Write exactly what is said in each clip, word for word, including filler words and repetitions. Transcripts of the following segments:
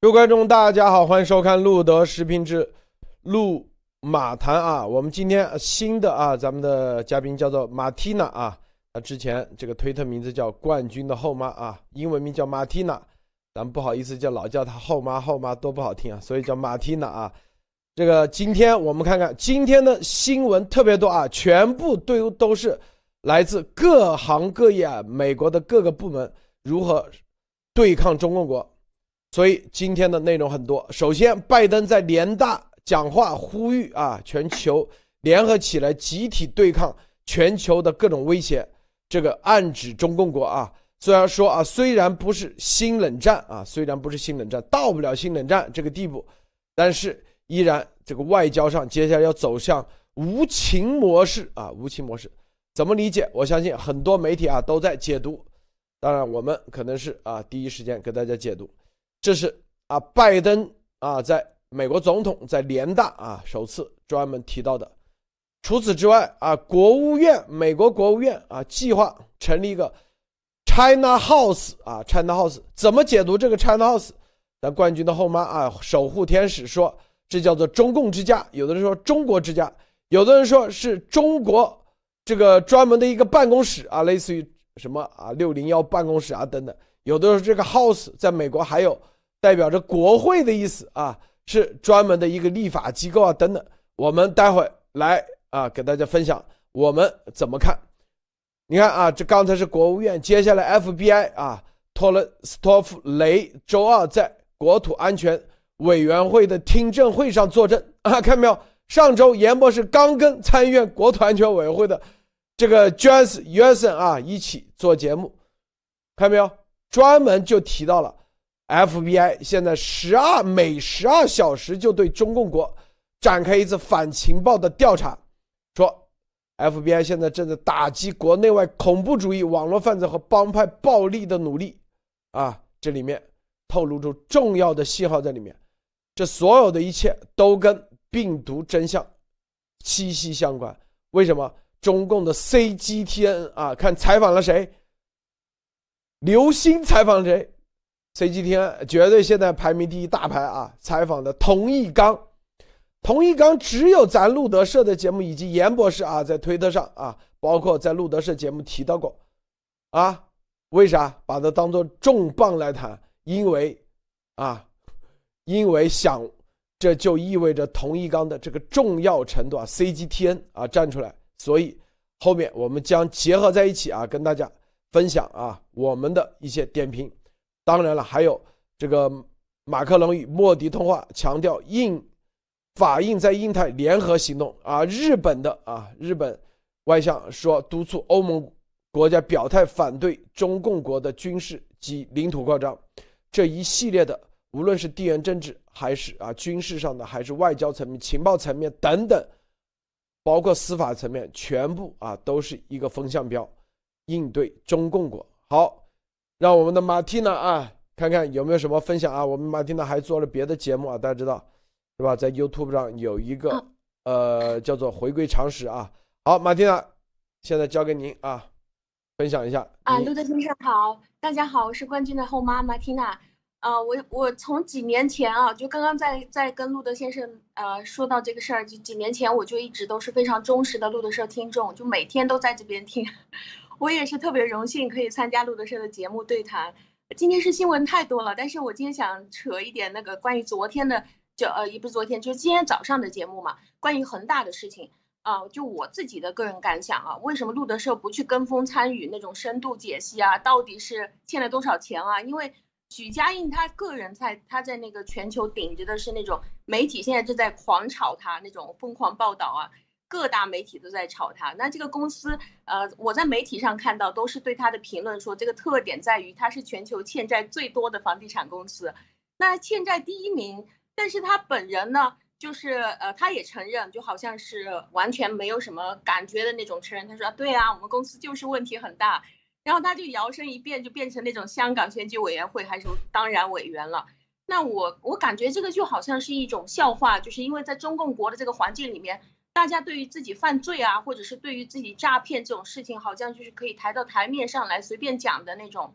各位观众，大家好，欢迎收看路德视频之路马谈啊。我们今天新的啊，咱们的嘉宾叫做马蒂娜啊，他之前这个推特名字叫冠军的后妈啊，英文名叫马蒂娜，咱们不好意思叫老叫她后妈，后妈多不好听啊，所以叫马蒂娜啊。这个今天我们看看今天的新闻特别多啊，全部都都是来自各行各业啊，美国的各个部门如何对抗中共国。所以今天的内容很多。首先，拜登在联大讲话呼吁啊，全球联合起来，集体对抗全球的各种威胁。这个暗指中共国啊，虽然说啊，虽然不是新冷战啊，虽然不是新冷战，到不了新冷战这个地步，但是依然这个外交上接下来要走向无情模式啊，无情模式怎么理解？我相信很多媒体啊都在解读，当然我们可能是啊第一时间给大家解读。这是啊，拜登啊，在美国总统在联大啊首次专门提到的。除此之外啊，国务院美国国务院啊计划成立一个 China House 啊 ，China House 怎么解读这个 China House？ 咱冠军的后妈啊，守护天使说这叫做中共之家，有的人说中国之家，有的人说是中国这个专门的一个办公室啊，类似于什么啊六零一办公室啊等等。有的时候这个 House 在美国还有代表着国会的意思啊，是专门的一个立法机构啊等等。我们待会来啊给大家分享我们怎么看。你看啊，这刚才是国务院，接下来 F B I 啊，托了斯托夫雷周二在国土安全委员会的听证会上作证啊，看没有？上周严博士刚跟参议院国土安全委员会的这个 James Wilson 啊一起做节目，看没有？专门就提到了 F B I 现在十二每十二小时就对中共国展开一次反情报的调查，说 F B I 现在正在打击国内外恐怖主义、网络犯罪和帮派暴力的努力啊，这里面透露出重要的信号在里面。这所有的一切都跟病毒真相息息相关。为什么？中共的 C G T N 啊，看采访了谁？刘星采访谁 ？C G T N 绝对现在排名第一大牌啊！采访的童一刚，童一刚只有咱路德社的节目以及严博士啊，在推特上啊，包括在路德社节目提到过啊。为啥把它当作重磅来谈？因为啊，因为想这就意味着童一刚的这个重要程度啊 ，C G T N 啊站出来，所以后面我们将结合在一起啊，跟大家分享啊我们的一些点评。当然了，还有这个马克龙与莫迪通话，强调印法印在印太联合行动啊。日本的啊日本外相说督促欧盟国家表态反对中共国的军事及领土扩张。这一系列的无论是地缘政治还是啊军事上的，还是外交层面、情报层面等等，包括司法层面，全部啊都是一个风向标，应对中共国。好，让我们的马蒂娜啊看看有没有什么分享啊。我们马蒂娜还做了别的节目啊，大家知道是吧？在 YouTube 上有一个、哦、呃叫做回归常识啊。好，马蒂娜，现在交给您啊，分享一下啊。路德先生好，大家好，我是冠军的后妈马蒂娜。呃，我我从几年前啊，就刚刚在在跟路德先生呃说到这个事儿，就几年前我就一直都是非常忠实的路德社听众，就每天都在这边听。我也是特别荣幸可以参加路德社的节目对谈。今天是新闻太多了，但是我今天想扯一点那个关于昨天的，就呃也不是昨天，就是今天早上的节目嘛，关于恒大的事情啊、呃，就我自己的个人感想啊，为什么路德社不去跟风参与那种深度解析啊？到底是欠了多少钱啊？因为许家印他个人在他在那个全球顶着的是那种媒体现在正在狂炒他那种疯狂报道啊。各大媒体都在炒他，那这个公司，呃，我在媒体上看到都是对他的评论说，这个特点在于它是全球欠债最多的房地产公司，那欠债第一名，但是他本人呢，就是呃，他也承认，就好像是完全没有什么感觉的那种承认，他说，对啊，我们公司就是问题很大，然后他就摇身一变，就变成那种香港选举委员会还是当然委员了。那我我感觉这个就好像是一种笑话，就是因为在中共国的这个环境里面。大家对于自己犯罪啊，或者是对于自己诈骗这种事情，好像就是可以抬到台面上来随便讲的那种，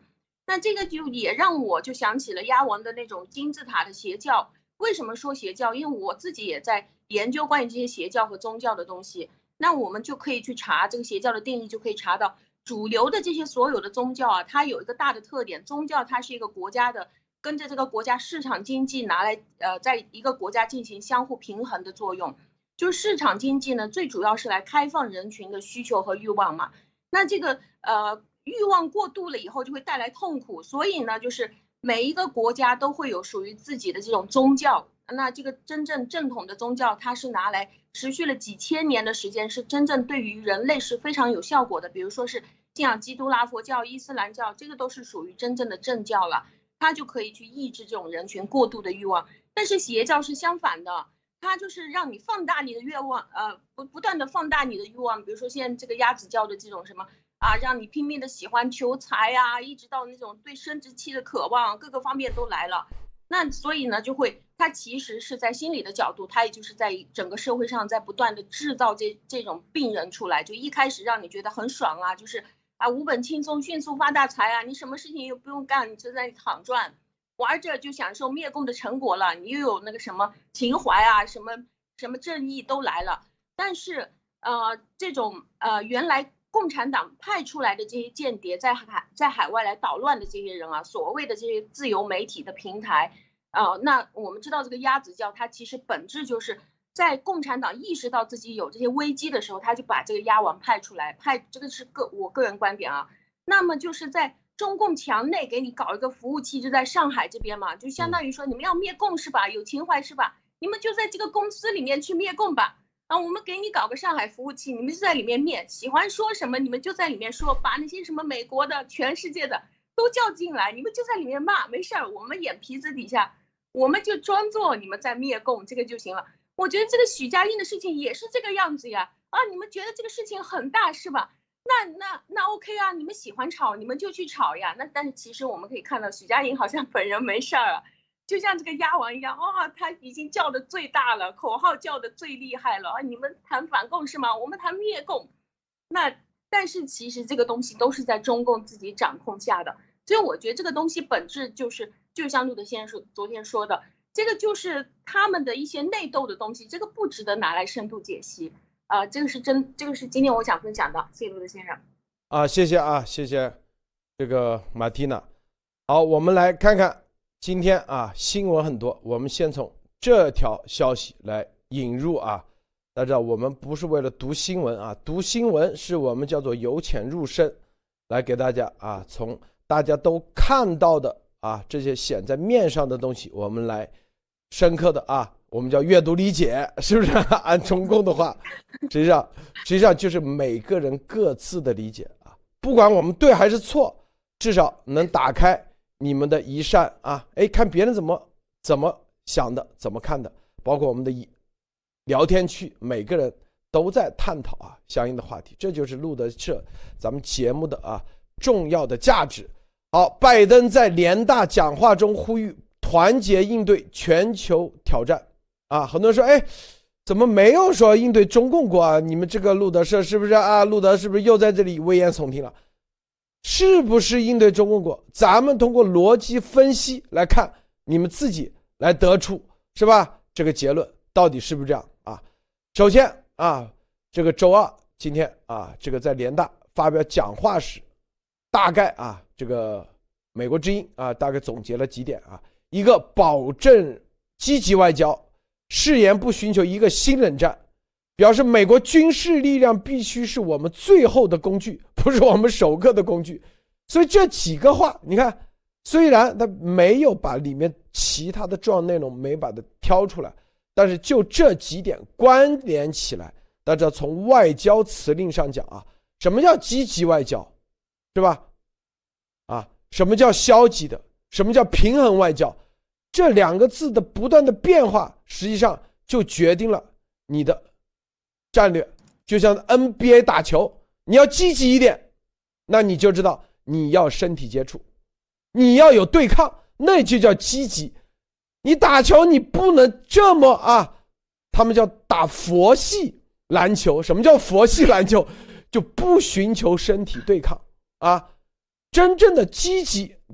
那这个就也让我就想起了鸭王的那种金字塔的邪教。为什么说邪教？因为我自己也在研究关于这些邪教和宗教的东西。那我们就可以去查这个邪教的定义，就可以查到主流的这些所有的宗教啊，它有一个大的特点，宗教它是一个国家的跟着这个国家市场经济拿来呃，在一个国家进行相互平衡的作用。就是市场经济呢，最主要是来开放人群的需求和欲望嘛。那这个呃欲望过度了以后就会带来痛苦，所以呢，就是每一个国家都会有属于自己的这种宗教。那这个真正正统的宗教，它是拿来持续了几千年的时间，是真正对于人类是非常有效果的。比如说是信仰基督、拉佛教、伊斯兰教，这个都是属于真正的正教了，它就可以去抑制这种人群过度的欲望。但是邪教是相反的，它就是让你放大你的愿望，呃，不不断的放大你的欲望。比如说现在这个鸭子教的这种什么啊，让你拼命的喜欢求财啊，一直到那种对生殖器的渴望，各个方面都来了。那所以呢，就会它其实是在心理的角度，它也就是在整个社会上在不断的制造这这种病人出来。就一开始让你觉得很爽啊，就是啊无本轻松迅速发大财啊，你什么事情又不用干，你就在那里躺赚，玩着就享受灭共的成果了，你又有那个什么情怀啊，什么什么正义都来了。但是呃这种呃原来共产党派出来的这些间谍，在海在海外来捣乱的这些人啊，所谓的这些自由媒体的平台，呃，那我们知道这个鸭子教，它其实本质就是在共产党意识到自己有这些危机的时候，他就把这个鸭王派出来，派这个是个我个人观点啊。那么就是在中共墙内给你搞一个服务器，就在上海这边嘛，就相当于说你们要灭共是吧？有情怀是吧？你们就在这个公司里面去灭共吧。啊，我们给你搞个上海服务器，你们就在里面灭，喜欢说什么你们就在里面说，把那些什么美国的、全世界的都叫进来，你们就在里面骂，没事儿，我们眼皮子底下，我们就装作你们在灭共，这个就行了。我觉得这个许家印的事情也是这个样子呀，啊，你们觉得这个事情很大是吧？那那那 OK 啊，你们喜欢吵，你们就去吵呀。那但是其实我们可以看到，许家印好像本人没事儿啊。就像这个鸭王一样，哦，他已经叫的最大了，口号叫的最厉害了。你们谈反共是吗？我们谈灭共。那但是其实这个东西都是在中共自己掌控下的，所以我觉得这个东西本质就是，就像路德先生说昨天说的，这个就是他们的一些内斗的东西，这个不值得拿来深度解析。啊、呃，这个是真，这个是今天我想分享的。谢谢路德先生。 啊，谢谢啊，谢谢这个马蒂娜。好，我们来看看。今天啊，新闻很多，我们先从这条消息来引入啊。大家知道，我们不是为了读新闻啊，读新闻是我们叫做由浅入深，来给大家啊，从大家都看到的啊这些显在面上的东西，我们来深刻的啊，我们叫阅读理解，是不是？按中共的话，实际上实际上就是每个人各自的理解啊，不管我们对还是错，至少能打开你们的一扇啊，哎，看别人怎么怎么想的，怎么看的，包括我们的聊天区，每个人都在探讨啊相应的话题，这就是路德社咱们节目的啊重要的价值。好，拜登在联大讲话中呼吁团结应对全球挑战啊，很多人说，哎，怎么没有说应对中共国啊？你们这个路德社是不是啊？路德是不是又在这里危言耸听了？是不是应对中共国？咱们通过逻辑分析来看，你们自己来得出是吧？这个结论到底是不是这样啊？首先啊，这个周二今天啊，这个在联大发表讲话时，大概啊，这个美国之音啊，大概总结了几点啊，一个保证积极外交，誓言不寻求一个新冷战。表示美国军事力量必须是我们最后的工具，不是我们首个的工具。所以这几个话，你看，虽然他没有把里面其他的重要内容没把它挑出来，但是就这几点关联起来，大家从外交辞令上讲啊，什么叫积极外交，是吧？啊，什么叫消极的？什么叫平衡外交？这两个字的不断的变化，实际上就决定了你的战略。就像 N B A 打球，你要积极一点，那你就知道你要身体接触，你要有对抗，那就叫积极。你打球你不能这么啊，他们叫打佛系篮球。什么叫佛系篮球？就不寻求身体对抗啊，真正的积极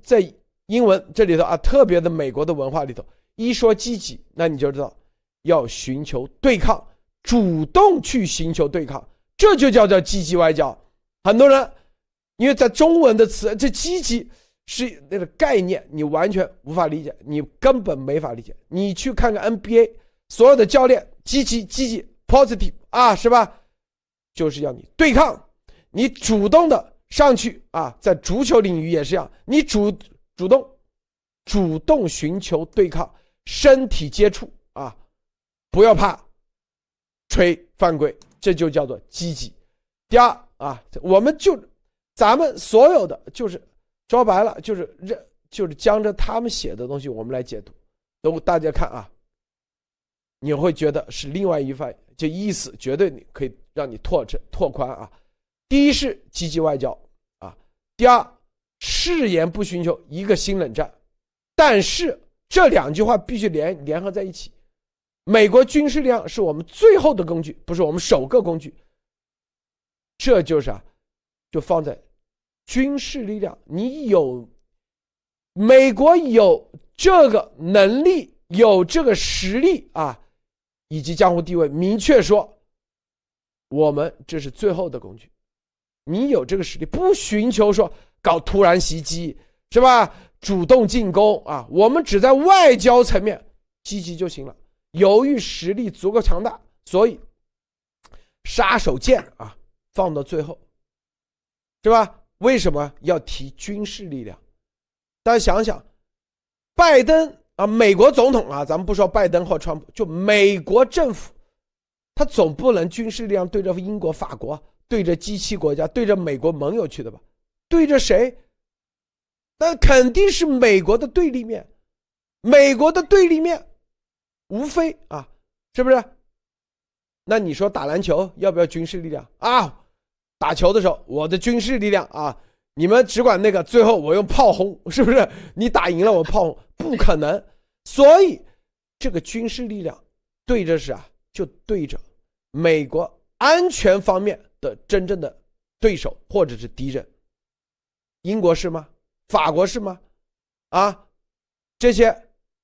在英文这里头啊，特别的美国的文化里头，一说积极，那你就知道要寻求对抗，主动去寻求对抗，这就叫做积极外交。很多人因为在中文的词，这积极是那个概念，你完全无法理解，你根本没法理解。你去看看 N B A， 所有的教练积极积极 positive 啊，是吧？就是要你对抗，你主动的上去啊，在足球领域也是一样，你主主动主动寻求对抗，身体接触啊，不要怕吹犯规，这就叫做积极。第二啊，我们就咱们所有的就是说白了就是就是将着他们写的东西我们来解读，都大家看啊，你会觉得是另外一番，这意思绝对你可以让你拓拓宽啊。第一是积极外交啊，第二誓言不寻求一个新冷战，但是这两句话必须联联合在一起。美国军事力量是我们最后的工具，不是我们首个工具。这就是啊，就放在军事力量，你有美国有这个能力，有这个实力啊，以及江湖地位，明确说我们这是最后的工具。你有这个实力，不寻求说搞突然袭击是吧，主动进攻啊，我们只在外交层面积极就行了。由于实力足够强大，所以杀手锏啊放到最后，是吧？为什么要提军事力量？大家想想，拜登啊，美国总统啊，咱们不说拜登或川普，就美国政府，他总不能军事力量对着英国、法国，对着 G 七 国家，对着美国盟友去的吧？对着谁？那肯定是美国的对立面。美国的对立面无非啊，是不是？那你说打篮球要不要军事力量啊？打球的时候我的军事力量啊，你们只管那个，最后我用炮轰，是不是？你打赢了我炮轰，不可能。所以这个军事力量对着是啊，就对着美国安全方面的真正的对手或者是敌人。英国是吗？法国是吗？啊，这些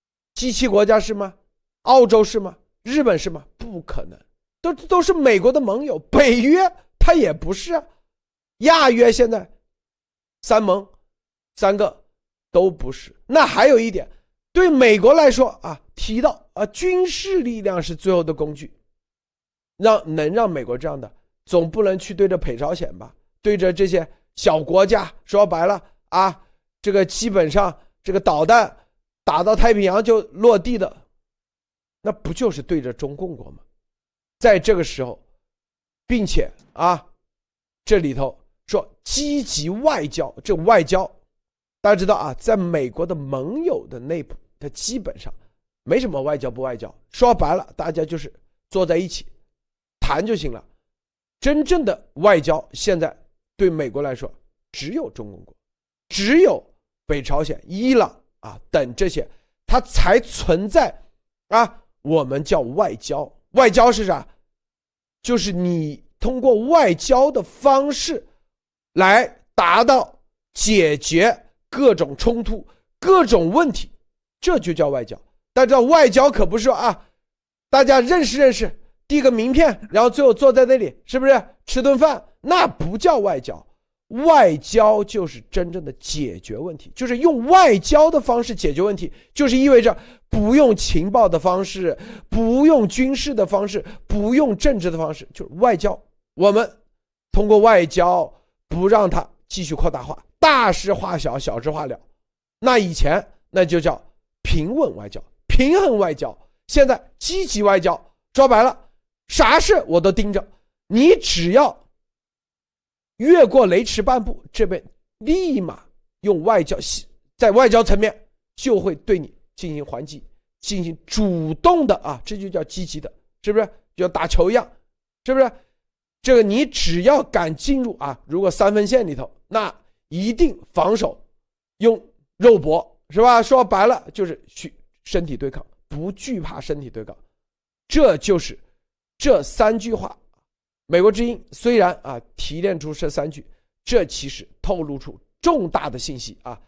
G 七 国家是吗？澳洲是吗？日本是吗？不可能，都都是美国的盟友。北约它也不是啊，亚约现在三盟三个都不是。那还有一点，对美国来说啊，提到啊军事力量是最后的工具，让能让美国这样的，总不能去对着北朝鲜吧，对着这些小国家，说白了啊，这个基本上这个导弹打到太平洋就落地的，那不就是对着中共国吗？在这个时候，并且啊，这里头说积极外交，这外交大家知道啊，在美国的盟友的内部，它基本上没什么外交不外交，说白了，大家就是坐在一起谈就行了。真正的外交现在对美国来说，只有中共国，只有北朝鲜、伊朗啊等这些，它才存在啊。我们叫外交，外交是啥？就是你通过外交的方式来达到解决各种冲突、各种问题，这就叫外交。大家知道外交可不是说啊，大家认识认识，递个名片，然后最后坐在那里，是不是吃顿饭？那不叫外交。外交就是真正的解决问题，就是用外交的方式解决问题，就是意味着不用情报的方式，不用军事的方式，不用政治的方式，就是外交。我们通过外交不让它继续扩大化，大事化小，小事化了。那以前那就叫平稳外交、平衡外交，现在积极外交，说白了啥事我都盯着你，只要越过雷池半步，这边立马用外交，在外交层面就会对你进行还击，进行主动的啊，这就叫积极的，是不是？就像打球一样，是不是？这个你只要敢进入啊，如果三分线里头，那一定防守，用肉搏，是吧？说白了就是去身体对抗，不惧怕身体对抗，这就是这三句话。美国之音虽然啊提炼出这三句，这其实透露出重大的信息啊，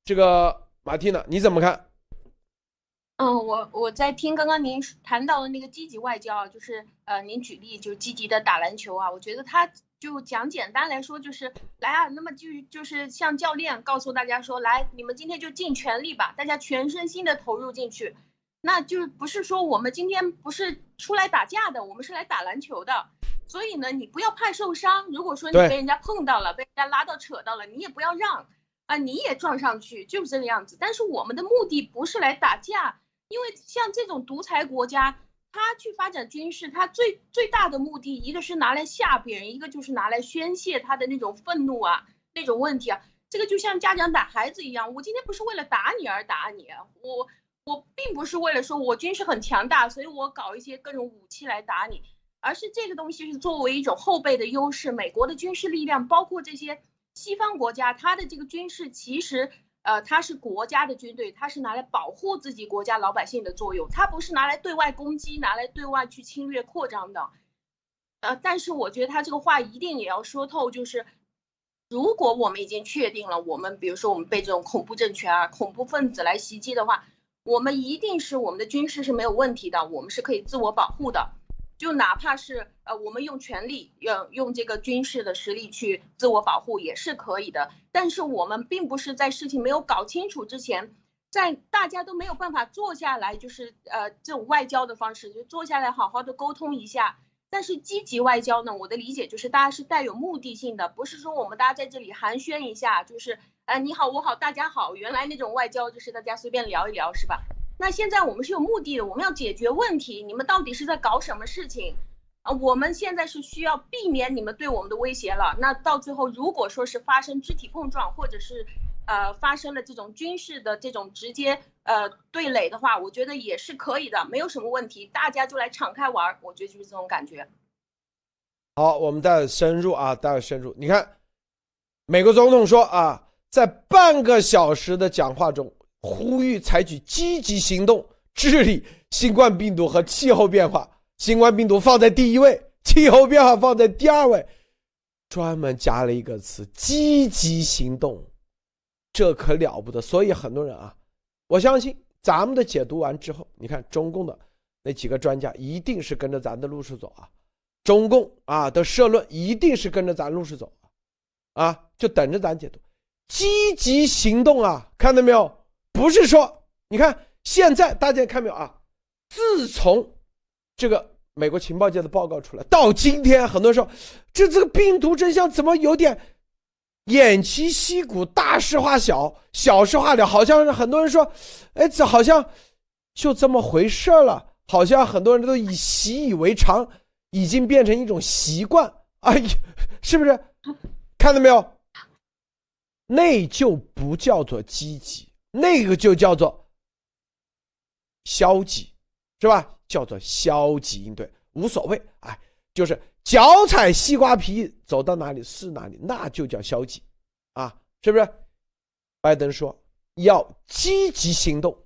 这个马蒂娜你怎么看？ 嗯，我我在听刚刚您谈到的那个积极外交啊，就是呃，您举例就是积极的打篮球啊，我觉得他就讲简单来说就是来啊，那么就就是像教练告诉大家说，来，你们今天就尽全力吧，大家全身心的投入进去，那就不是说我们今天不是出来打架的，我们是来打篮球的，所以呢，你不要怕受伤，如果说你被人家碰到了，被人家拉到扯到了，你也不要让啊，你也撞上去，就是这个样子。但是我们的目的不是来打架。因为像这种独裁国家，他去发展军事，他最最大的目的，一个是拿来吓别人，一个就是拿来宣泄他的那种愤怒啊，那种问题啊。这个就像家长打孩子一样，我今天不是为了打你而打你，我我并不是为了说我军事很强大，所以我搞一些各种武器来打你，而是这个东西是作为一种后备的优势。美国的军事力量，包括这些西方国家，它的这个军事其实。呃，它是国家的军队，它是拿来保护自己国家老百姓的作用，它不是拿来对外攻击，拿来对外去侵略扩张的。呃，但是我觉得他这个话一定也要说透，就是如果我们已经确定了，我们比如说我们被这种恐怖政权啊、恐怖分子来袭击的话，我们一定是我们的军事是没有问题的，我们是可以自我保护的。就哪怕是呃，我们用权力，用用这个军事的实力去自我保护也是可以的。但是我们并不是在事情没有搞清楚之前，在大家都没有办法坐下来，就是呃这种外交的方式，就坐下来好好的沟通一下。但是积极外交呢，我的理解就是大家是带有目的性的，不是说我们大家在这里寒暄一下，就是呃你好我好大家好，原来那种外交就是大家随便聊一聊，是吧？那现在我们是有目的的，我们要解决问题，你们到底是在搞什么事情啊？我们现在是需要避免你们对我们的威胁了。那到最后，如果说是发生肢体碰撞，或者是呃发生了这种军事的这种直接呃对垒的话，我觉得也是可以的，没有什么问题，大家就来敞开玩，我觉得就是这种感觉。 好，我们再深入啊，再深入。你看，美国总统说啊，在半个小时的讲话中。呼吁采取积极行动治理新冠病毒和气候变化，新冠病毒放在第一位，气候变化放在第二位，专门加了一个词积极行动，这可了不得。所以很多人啊，我相信咱们的解读完之后，你看中共的那几个专家一定是跟着咱的路数走啊，中共啊的社论一定是跟着咱路数走啊，就等着咱解读积极行动啊，看到没有？不是说，你看现在大家看没有啊？自从这个美国情报界的报告出来到今天，很多人说这这个病毒真相怎么有点偃旗息鼓，大事化小，小事化了，好像是很多人说，哎，这好像就这么回事了，好像很多人都以习以为常，已经变成一种习惯，哎，是不是？看到没有？那就不叫做积极。那个就叫做消极，是吧？叫做消极应对，无所谓，哎，就是脚踩西瓜皮走到哪里是哪里，那就叫消极啊，是不是？拜登说要积极行动，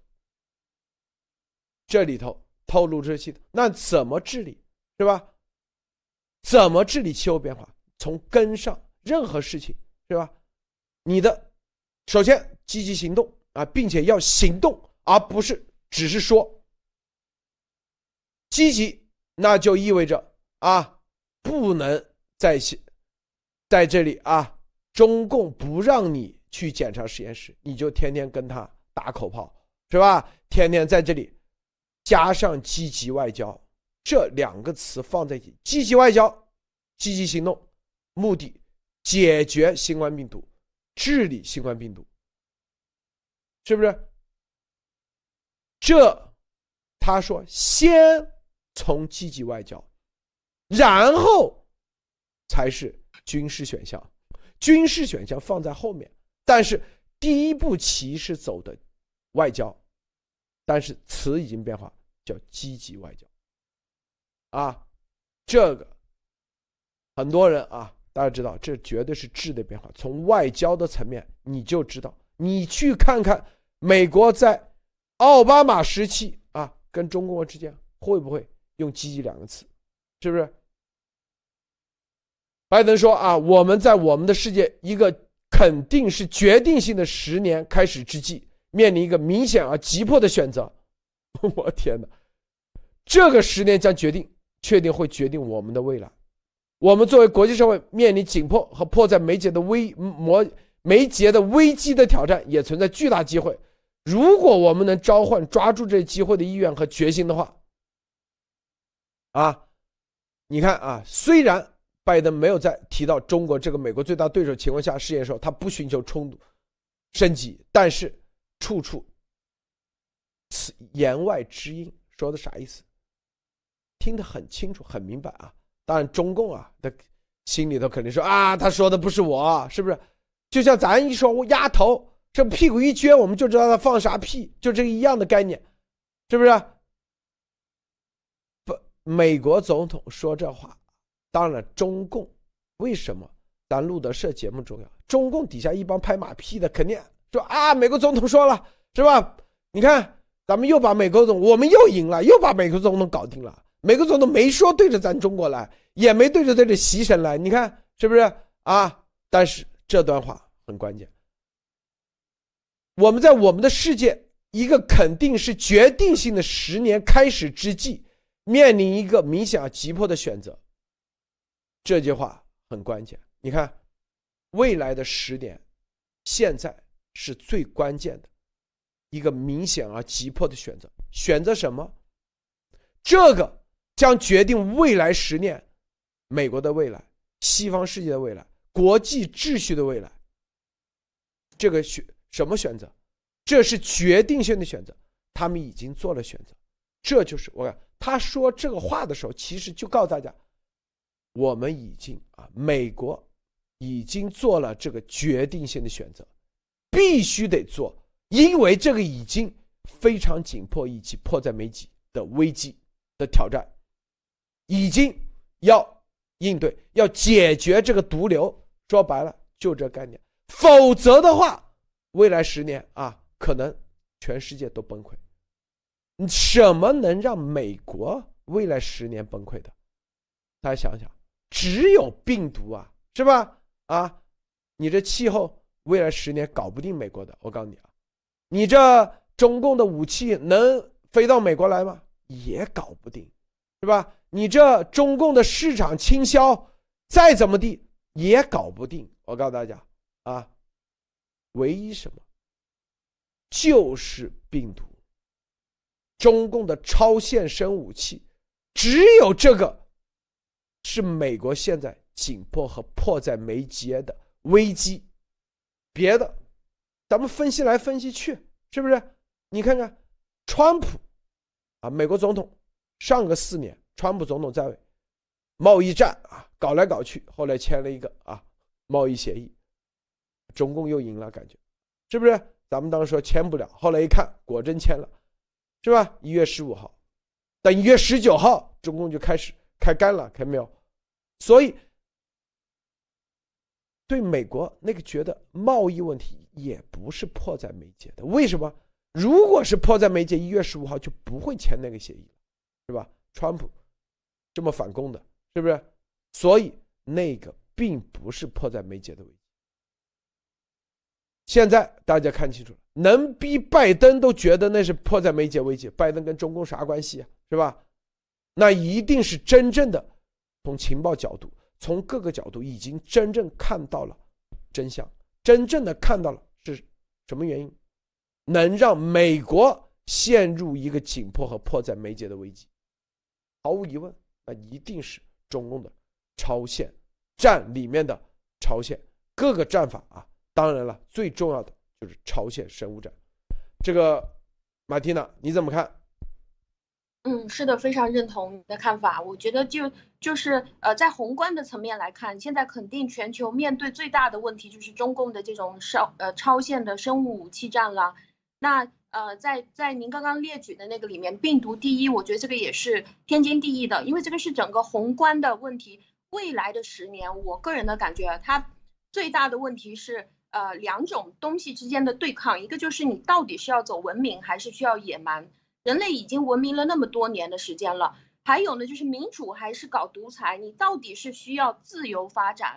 这里头透露这些，那怎么治理，是吧？怎么治理气候变化？从根上，任何事情，是吧？你的首先积极行动。啊，并且要行动，而不是只是说积极，那就意味着啊，不能在在这里啊，中共不让你去检查实验室，你就天天跟他打口炮，是吧？天天在这里加上积极外交这两个词放在一起，积极外交、积极行动，目的解决新冠病毒，治理新冠病毒。是不是？这他说先从积极外交，然后才是军事选项，军事选项放在后面，但是第一步棋是走的外交，但是词已经变化，叫积极外交啊。这个很多人啊，大家知道这绝对是质的变化，从外交的层面你就知道，你去看看美国在奥巴马时期啊，跟中国之间会不会用积极两个词，是不是？拜登说啊，我们在我们的世界一个肯定是决定性的十年开始之际，面临一个明显而急迫的选择。我天哪，这个十年将决定确定会决定我们的未来。我们作为国际社会面临紧迫和迫在眉睫的危磨眉睫的危机的挑战，也存在巨大机会。如果我们能召唤抓住这机会的意愿和决心的话，啊，你看啊，虽然拜登没有在提到中国这个美国最大对手情况下试验的时候，他不寻求冲突升级，但是处处此言外之音，说的啥意思？听得很清楚很明白啊。当然中共啊的心里头肯定说啊，他说的不是我，是不是？就像咱一说我丫头，这屁股一撅，我们就知道他放啥屁，就这个一样的概念，是不是？不，美国总统说这话，当然中共为什么咱路德社节目重要？中共底下一帮拍马屁的肯定说啊，美国总统说了，是吧？你看咱们又把美国总统，我们又赢了，又把美国总统搞定了。美国总统没说对着咱中国来，也没对着对着习神来，你看是不是啊？但是这段话很关键，我们在我们的世界一个肯定是决定性的十年开始之际，面临一个明显而急迫的选择。这句话很关键，你看未来的十年现在是最关键的一个明显而急迫的选择。选择什么？这个将决定未来十年美国的未来，西方世界的未来，国际秩序的未来。这个选什么选择？这是决定性的选择，他们已经做了选择。这就是我看他说这个话的时候，其实就告诉大家，我们已经啊，美国已经做了这个决定性的选择，必须得做，因为这个已经非常紧迫以及迫在眉睫的危机的挑战，已经要应对，要解决这个毒瘤。说白了就这概念，否则的话未来十年啊，可能全世界都崩溃。什么能让美国未来十年崩溃的？大家想想，只有病毒啊，是吧？啊，你这气候未来十年搞不定美国的，我告诉你啊，你这中共的武器能飞到美国来吗？也搞不定，是吧？你这中共的市场倾销再怎么地也搞不定。我告诉大家啊，唯一什么？就是病毒，中共的超限生武器，只有这个是美国现在紧迫和迫在眉睫的危机。别的咱们分析来分析去，是不是？你看看川普啊，美国总统上个四年，川普总统在位，贸易战啊搞来搞去，后来签了一个啊贸易协议，中共又赢了，感觉是不是？咱们当时说签不了，后来一看果真签了，是吧？一月十五号，但一月十九号中共就开始开干了，看没有？所以对美国那个觉得贸易问题也不是迫在眉睫的。为什么？如果是迫在眉睫，一月十五号就不会签那个协议了，是吧？川普这么反攻的，是不是？所以那个并不是迫在眉睫的危机。现在大家看清楚了，能逼拜登都觉得那是迫在眉睫危机，拜登跟中共啥关系啊？是吧？那一定是真正的从情报角度，从各个角度已经真正看到了真相，真正的看到了是什么原因能让美国陷入一个紧迫和迫在眉睫的危机。毫无疑问，那一定是中共的超限战里面的超限各个战法啊。当然了，最重要的就是超限生物战。这个马蒂娜你怎么看？ 嗯，是的，非常认同你的看法。我觉得就就是呃，在宏观的层面来看，现在肯定全球面对最大的问题就是中共的这种超呃超限的生物武器战了。那呃，在在您刚刚列举的那个里面，病毒第一，我觉得这个也是天经地义的，因为这个是整个宏观的问题。未来的十年，我个人的感觉，它最大的问题是呃两种东西之间的对抗，一个就是你到底是要走文明还是需要野蛮。人类已经文明了那么多年的时间了，还有呢，就是民主还是搞独裁？你到底是需要自由发展，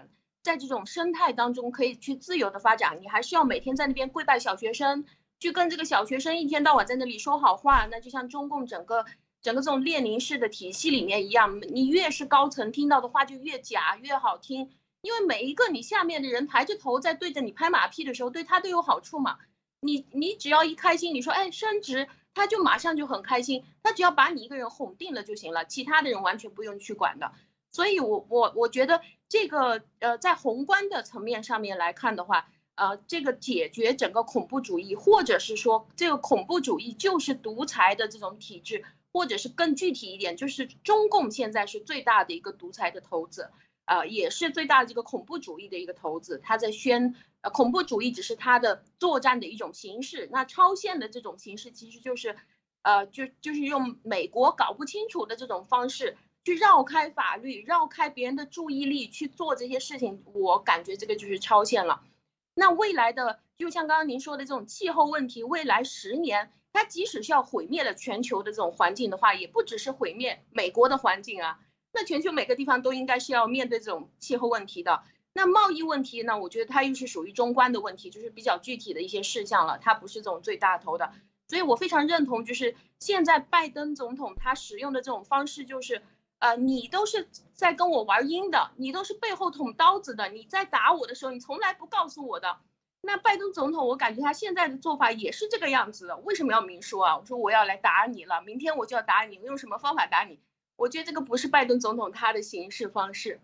在这种生态当中可以去自由的发展，你还是要每天在那边跪拜小学生，去跟这个小学生一天到晚在那里说好话，那就像中共整个整个这种列宁式的体系里面一样，你越是高层听到的话就越假越好听，因为每一个你下面的人抬着头在对着你拍马屁的时候，对他都有好处嘛。你你只要一开心，你说哎升职，他就马上就很开心，他只要把你一个人哄定了就行了，其他的人完全不用去管的。所以我我我觉得这个呃在宏观的层面上面来看的话，呃这个解决整个恐怖主义，或者是说这个恐怖主义就是独裁的这种体制，或者是更具体一点，就是中共现在是最大的一个独裁的头子。呃，也是最大的这个恐怖主义的一个头子，他在宣，呃，恐怖主义只是他的作战的一种形式。那超限的这种形式，其实就是，呃，就就是用美国搞不清楚的这种方式去绕开法律，绕开别人的注意力去做这些事情。我感觉这个就是超限了。那未来的，就像刚刚您说的这种气候问题，未来十年，它即使是要毁灭了全球的这种环境的话，也不只是毁灭美国的环境啊。那全球每个地方都应该是要面对这种气候问题的。那贸易问题呢，我觉得它又是属于中观的问题，就是比较具体的一些事项了，它不是这种最大头的。所以我非常认同，就是现在拜登总统他使用的这种方式，就是呃，你都是在跟我玩阴的，你都是背后捅刀子的，你在打我的时候，你从来不告诉我的。那拜登总统，我感觉他现在的做法也是这个样子的。为什么要明说啊？我说我要来打你了，明天我就要打你，我用什么方法打你？我觉得这个不是拜登总统他的行事方式。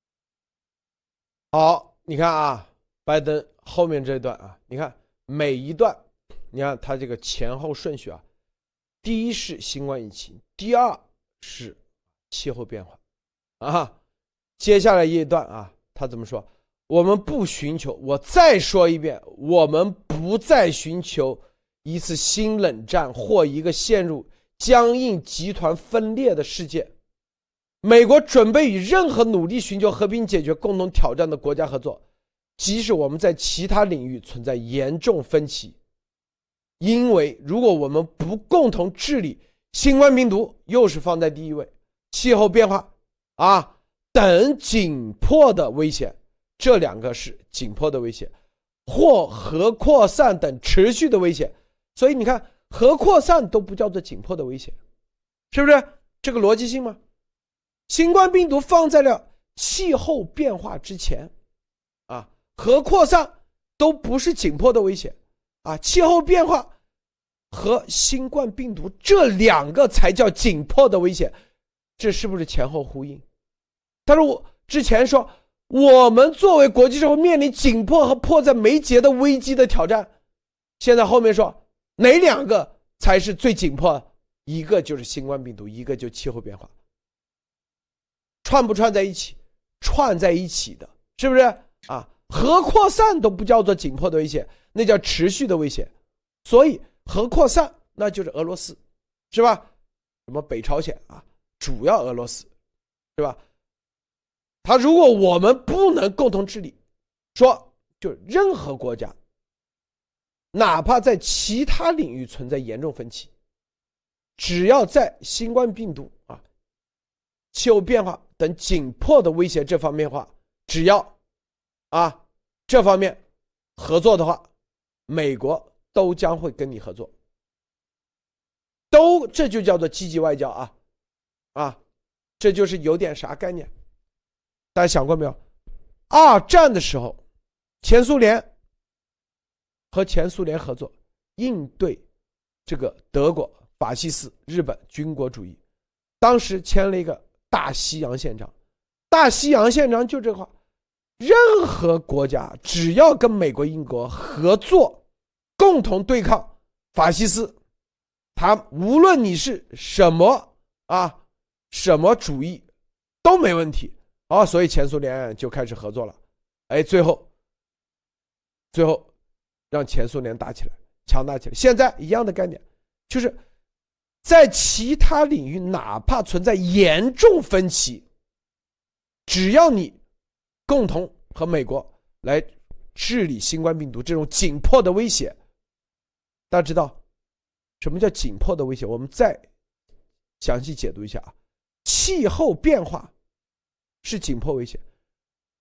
好，你看啊，拜登后面这一段啊，你看每一段，你看他这个前后顺序啊，第一是新冠疫情，第二是气候变化啊，接下来一段啊，他怎么说？我们不寻求，我再说一遍，我们不再寻求一次新冷战或一个陷入僵硬集团分裂的世界。美国准备与任何努力寻求和平解决共同挑战的国家合作，即使我们在其他领域存在严重分歧。因为如果我们不共同治理新冠病毒，又是放在第一位，气候变化啊等紧迫的危险，这两个是紧迫的危险，或核扩散等持续的危险。所以你看，核扩散都不叫做紧迫的危险，是不是这个逻辑性吗？新冠病毒放在了气候变化之前啊，核扩散都不是紧迫的危险啊，气候变化和新冠病毒这两个才叫紧迫的危险，这是不是前后呼应？但是我之前说，我们作为国际社会面临紧迫和迫在眉睫的危机的挑战，现在后面说哪两个才是最紧迫？一个就是新冠病毒，一个就是气候变化。串不串在一起？串在一起的，是不是啊？核扩散都不叫做紧迫的危险，那叫持续的危险。所以核扩散那就是俄罗斯，是吧？什么北朝鲜啊，主要俄罗斯，是吧？他如果我们不能共同治理，说就任何国家，哪怕在其他领域存在严重分歧，只要在新冠病毒啊、气候变化等紧迫的威胁这方面的话，只要啊这方面合作的话，美国都将会跟你合作，都这就叫做积极外交啊啊，这就是有点啥概念？大家想过没有？二战的时候，前苏联和前苏联合作应对这个德国、法西斯、日本军国主义，当时签了一个大西洋宪章。大西洋宪章就这话，任何国家只要跟美国、英国合作，共同对抗法西斯，他无论你是什么啊什么主义都没问题啊。所以前苏联就开始合作了，哎，最后最后让前苏联打起来，强大起来。现在一样的概念，就是在其他领域哪怕存在严重分歧，只要你共同和美国来治理新冠病毒这种紧迫的威胁。大家知道什么叫紧迫的威胁？我们再详细解读一下啊。气候变化是紧迫威胁，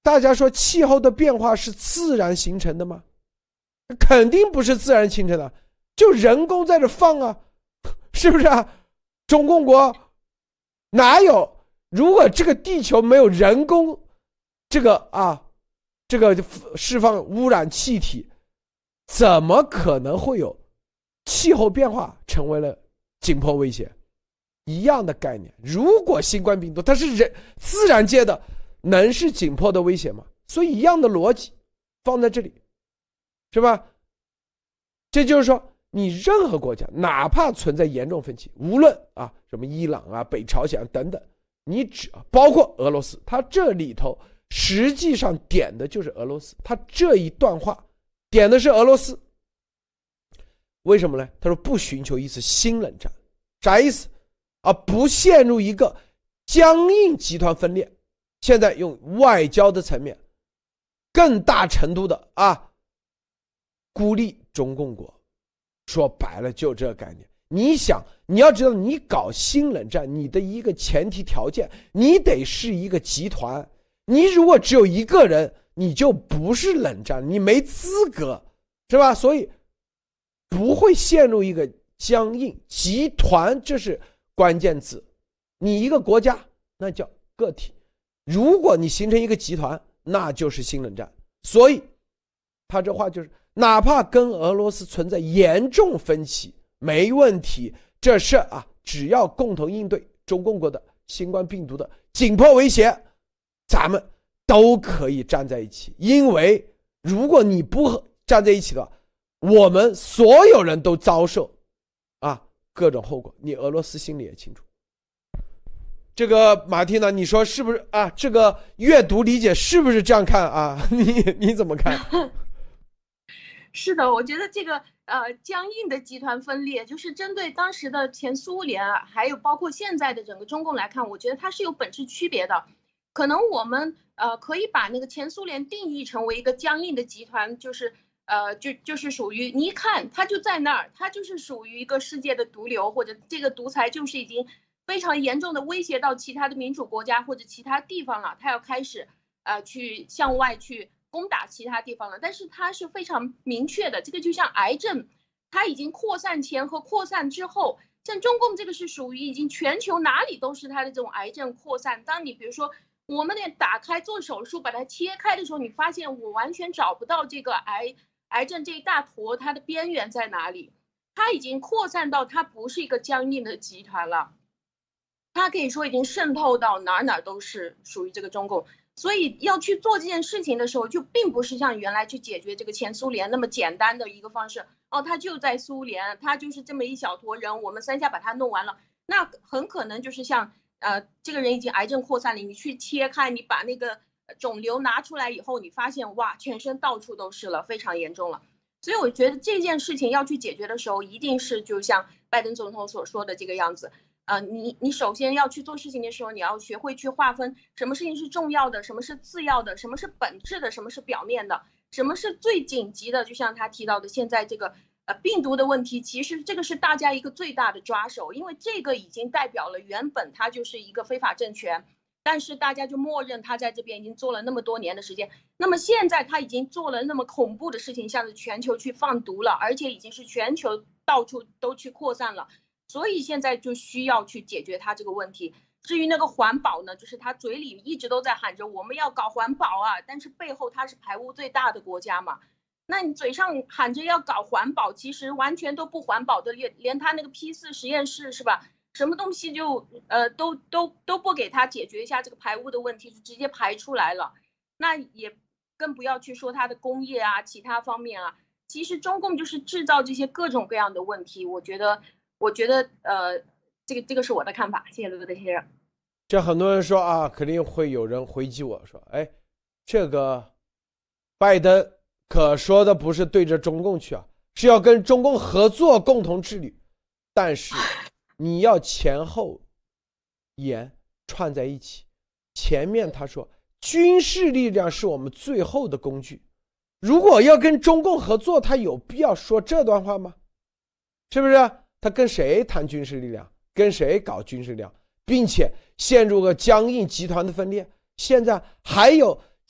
大家说气候的变化是自然形成的吗？肯定不是自然形成的，就人工在这放啊，是不是啊？中共国哪有？如果这个地球没有人工这个啊这个释放污染气体，怎么可能会有气候变化成为了紧迫威胁？一样的概念，如果新冠病毒它是人自然界的，能是紧迫的威胁吗？所以一样的逻辑放在这里，是吧？这就是说，你任何国家哪怕存在严重分歧，无论啊什么伊朗啊、北朝鲜等等，你只包括俄罗斯，它这里头实际上点的就是俄罗斯，它这一段话点的是俄罗斯。为什么呢？他说不寻求一次新冷战，啥意思？啊，不陷入一个僵硬集团分裂。现在用外交的层面，更大程度的啊孤立中共国，说白了就这个概念。你想，你要知道，你搞新冷战，你的一个前提条件，你得是一个集团。你如果只有一个人，你就不是冷战，你没资格，是吧？所以不会陷入一个僵硬集团，这是关键字。你一个国家那叫个体，如果你形成一个集团，那就是新冷战。所以他这话就是，哪怕跟俄罗斯存在严重分歧没问题，这事啊，只要共同应对中共国的新冠病毒的紧迫威胁，咱们都可以站在一起。因为如果你不站在一起的话，我们所有人都遭受啊各种后果，你俄罗斯心里也清楚。这个马蒂娜，你说是不是啊？这个阅读理解是不是这样看啊？你你怎么看？ 是的，我觉得这个呃僵硬的集团分裂，就是针对当时的前苏联啊，还有包括现在的整个中共来看，我觉得它是有本质区别的。可能我们呃可以把那个前苏联定义成为一个僵硬的集团，就是呃就就是属于你一看它就在那儿，它就是属于一个世界的毒瘤，或者这个独裁就是已经非常严重的威胁到其他的民主国家或者其他地方了，它要开始呃去向外去攻打其他地方了。但是它是非常明确的，这个就像癌症，它已经扩散前和扩散之后，像中共这个是属于已经全球哪里都是它的这种癌症扩散。当你比如说我们得打开做手术把它切开的时候，你发现我完全找不到这个癌癌症这一大坨它的边缘在哪里，它已经扩散到它不是一个僵硬的集团了，它可以说已经渗透到哪哪都是属于这个中共。所以要去做这件事情的时候，就并不是像原来去解决这个前苏联那么简单的一个方式。哦，他就在苏联，他就是这么一小坨人，我们三下把他弄完了。那很可能就是像呃，这个人已经癌症扩散了，你去切开，你把那个肿瘤拿出来以后，你发现哇，全身到处都是了，非常严重了。所以我觉得这件事情要去解决的时候，一定是就像拜登总统所说的这个样子。呃，你你首先要去做事情的时候，你要学会去划分什么事情是重要的，什么是次要的，什么是本质的，什么是表面的，什么是最紧急的。就像他提到的，现在这个呃病毒的问题，其实这个是大家一个最大的抓手，因为这个已经代表了原本它就是一个非法政权，但是大家就默认他在这边已经做了那么多年的时间。那么现在他已经做了那么恐怖的事情，向着全球去放毒了，而且已经是全球到处都去扩散了。所以现在就需要去解决他这个问题。至于那个环保呢，就是他嘴里一直都在喊着我们要搞环保啊，但是背后他是排污最大的国家嘛。那你嘴上喊着要搞环保，其实完全都不环保的，连连他那个 P 四 实验室是吧，什么东西就呃都都都不给他解决一下这个排污的问题，就直接排出来了。那也更不要去说他的工业啊，其他方面啊，其实中共就是制造这些各种各样的问题。我觉得。我觉得呃，这个这个是我的看法，谢谢卢德先生。 这很多人说啊，肯定会有人回击我说，哎，这个拜登可说的不是对着中共去啊，是要跟中共合作，共同治理。但是你要前后言串在一起。前面他说军事力量是我们最后的工具，如果要跟中共合作，他有必要说这段话吗？是不是？他跟谁谈军事力量，跟谁搞军事力量，并且陷入个僵硬集团的分裂。现在还有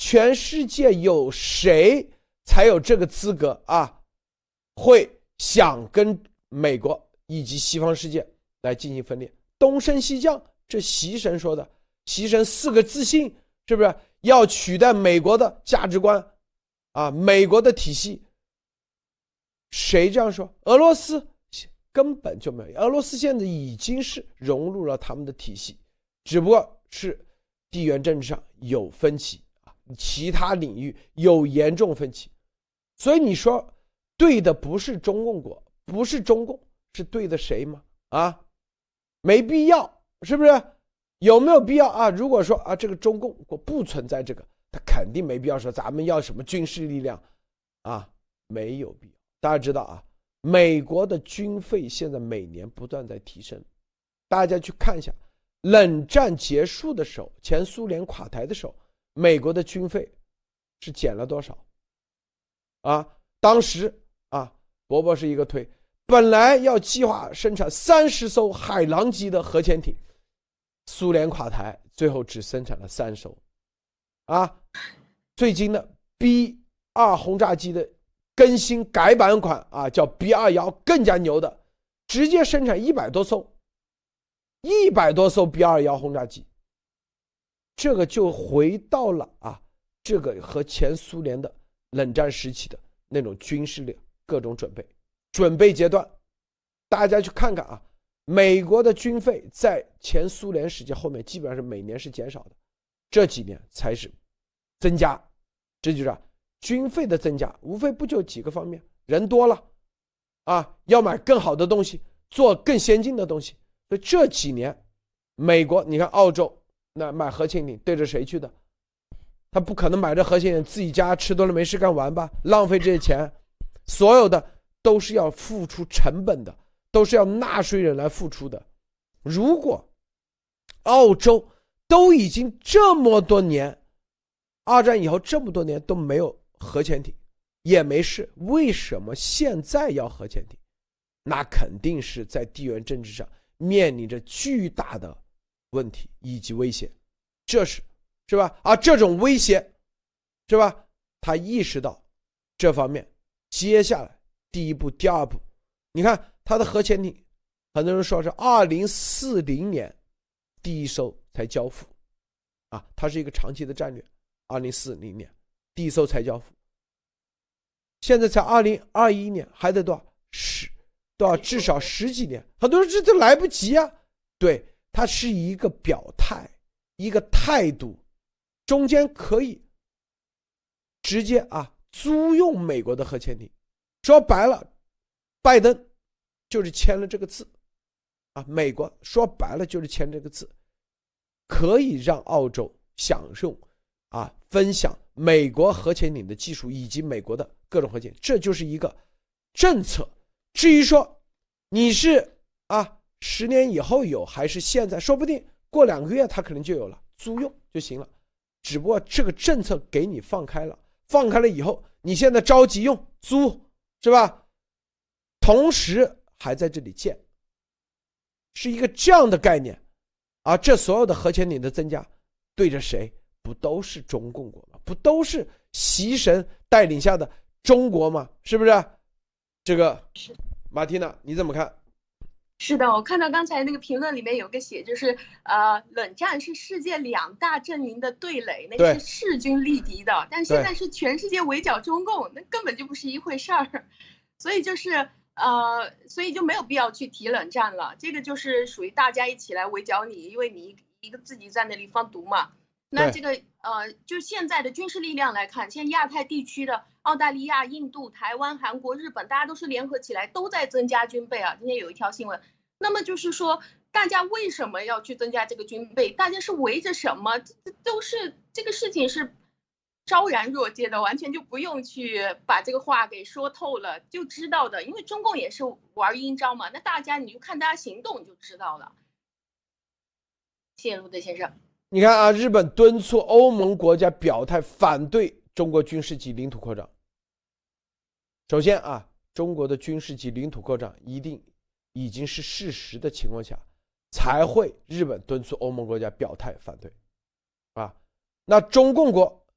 全世界有谁才有这个资格啊？会想跟美国以及西方世界来进行分裂？东升西降，这习神说的，习神四个自信，是不是要取代美国的价值观啊？美国的体系，谁这样说？俄罗斯根本就没有，俄罗斯现在已经是融入了他们的体系，只不过是地缘政治上有分歧，其他领域有严重分歧。所以你说对的不是中共国，不是中共，是对的谁吗？啊，没必要，是不是？有没有必要啊？如果说啊，这个中共国不存在这个，他肯定没必要说咱们要什么军事力量啊，没有必要。大家知道啊，美国的军费现在每年不断在提升，大家去看一下，冷战结束的时候，前苏联垮台的时候，美国的军费是减了多少啊？当时啊，伯伯是一个推，本来要计划生产三十艘海狼级的核潜艇，苏联垮台，最后只生产了三艘啊。最近的 B 二 轰炸机的更新改版款啊，叫 B 二十一，更加牛的，直接生产一百多艘，一百多艘 B 二十一 轰炸机，这个就回到了啊，这个和前苏联的冷战时期的那种军事力各种准备准备阶段。大家去看看啊，美国的军费在前苏联时期后面基本上是每年是减少的，这几年才是增加。这就是、啊、军费的增加无非不就几个方面，人多了啊，要买更好的东西，做更先进的东西。所以这几年美国你看澳洲那买核潜艇对着谁去的？他不可能买着核潜艇自己家吃多了没事干玩吧，浪费这些钱，所有的都是要付出成本的，都是要纳税人来付出的。如果澳洲都已经这么多年，二战以后这么多年都没有核潜艇也没事，为什么现在要核潜艇？那肯定是在地缘政治上面临着巨大的问题以及威胁，这是是吧？啊，这种威胁是吧？他意识到这方面，接下来第一步第二步，你看他的核潜艇，很多人说是二零四零年第一艘才交付啊，它是一个长期的战略，二零四零年第一艘才交付，现在才二零二一年，还得多少十多少至少十几年，很多人这都来不及啊。对，它是一个表态，一个态度，中间可以直接啊租用美国的核潜艇。说白了，拜登就是签了这个字啊，美国说白了就是签这个字，可以让澳洲享用啊分享美国核潜艇的技术以及美国的各种核潜艇，这就是一个政策。至于说你是啊十年以后有还是现在，说不定过两个月他可能就有了，租用就行了。只不过这个政策给你放开了，放开了以后，你现在着急用租是吧？同时还在这里建，是一个这样的概念啊。这所有的核潜艇的增加，对着谁？不都是中共国吗？不都是习神带领下的中国吗？是不是？这个马蒂娜你怎么看？ 是的，我看到刚才那个评论里面有个写，就是呃，冷战是世界两大阵营的对垒，那个是势均力敌的，但现在是全世界围剿中共，那根本就不是一回事儿，所以就是呃，所以就没有必要去提冷战了，这个就是属于大家一起来围剿你，因为你一个自己在那里放毒嘛。那这个呃，就现在的军事力量来看，现在亚太地区的澳大利亚、印度、台湾、韩国、日本，大家都是联合起来，都在增加军备啊。今天有一条新闻，那么就是说，大家为什么要去增加这个军备？大家是围着什么？这都是这个事情是昭然若揭的，完全就不用去把这个话给说透了，就知道的。因为中共也是玩阴招嘛，那大家你就看大家行动就知道了。谢谢陆德先生。 你看啊，日本敦促欧盟国家表态反对中国军事级领土扩张。首先啊，中国的军事级领土扩张一定已经是事实的情况下，才会日本敦促欧盟国家表态反对啊。那中共国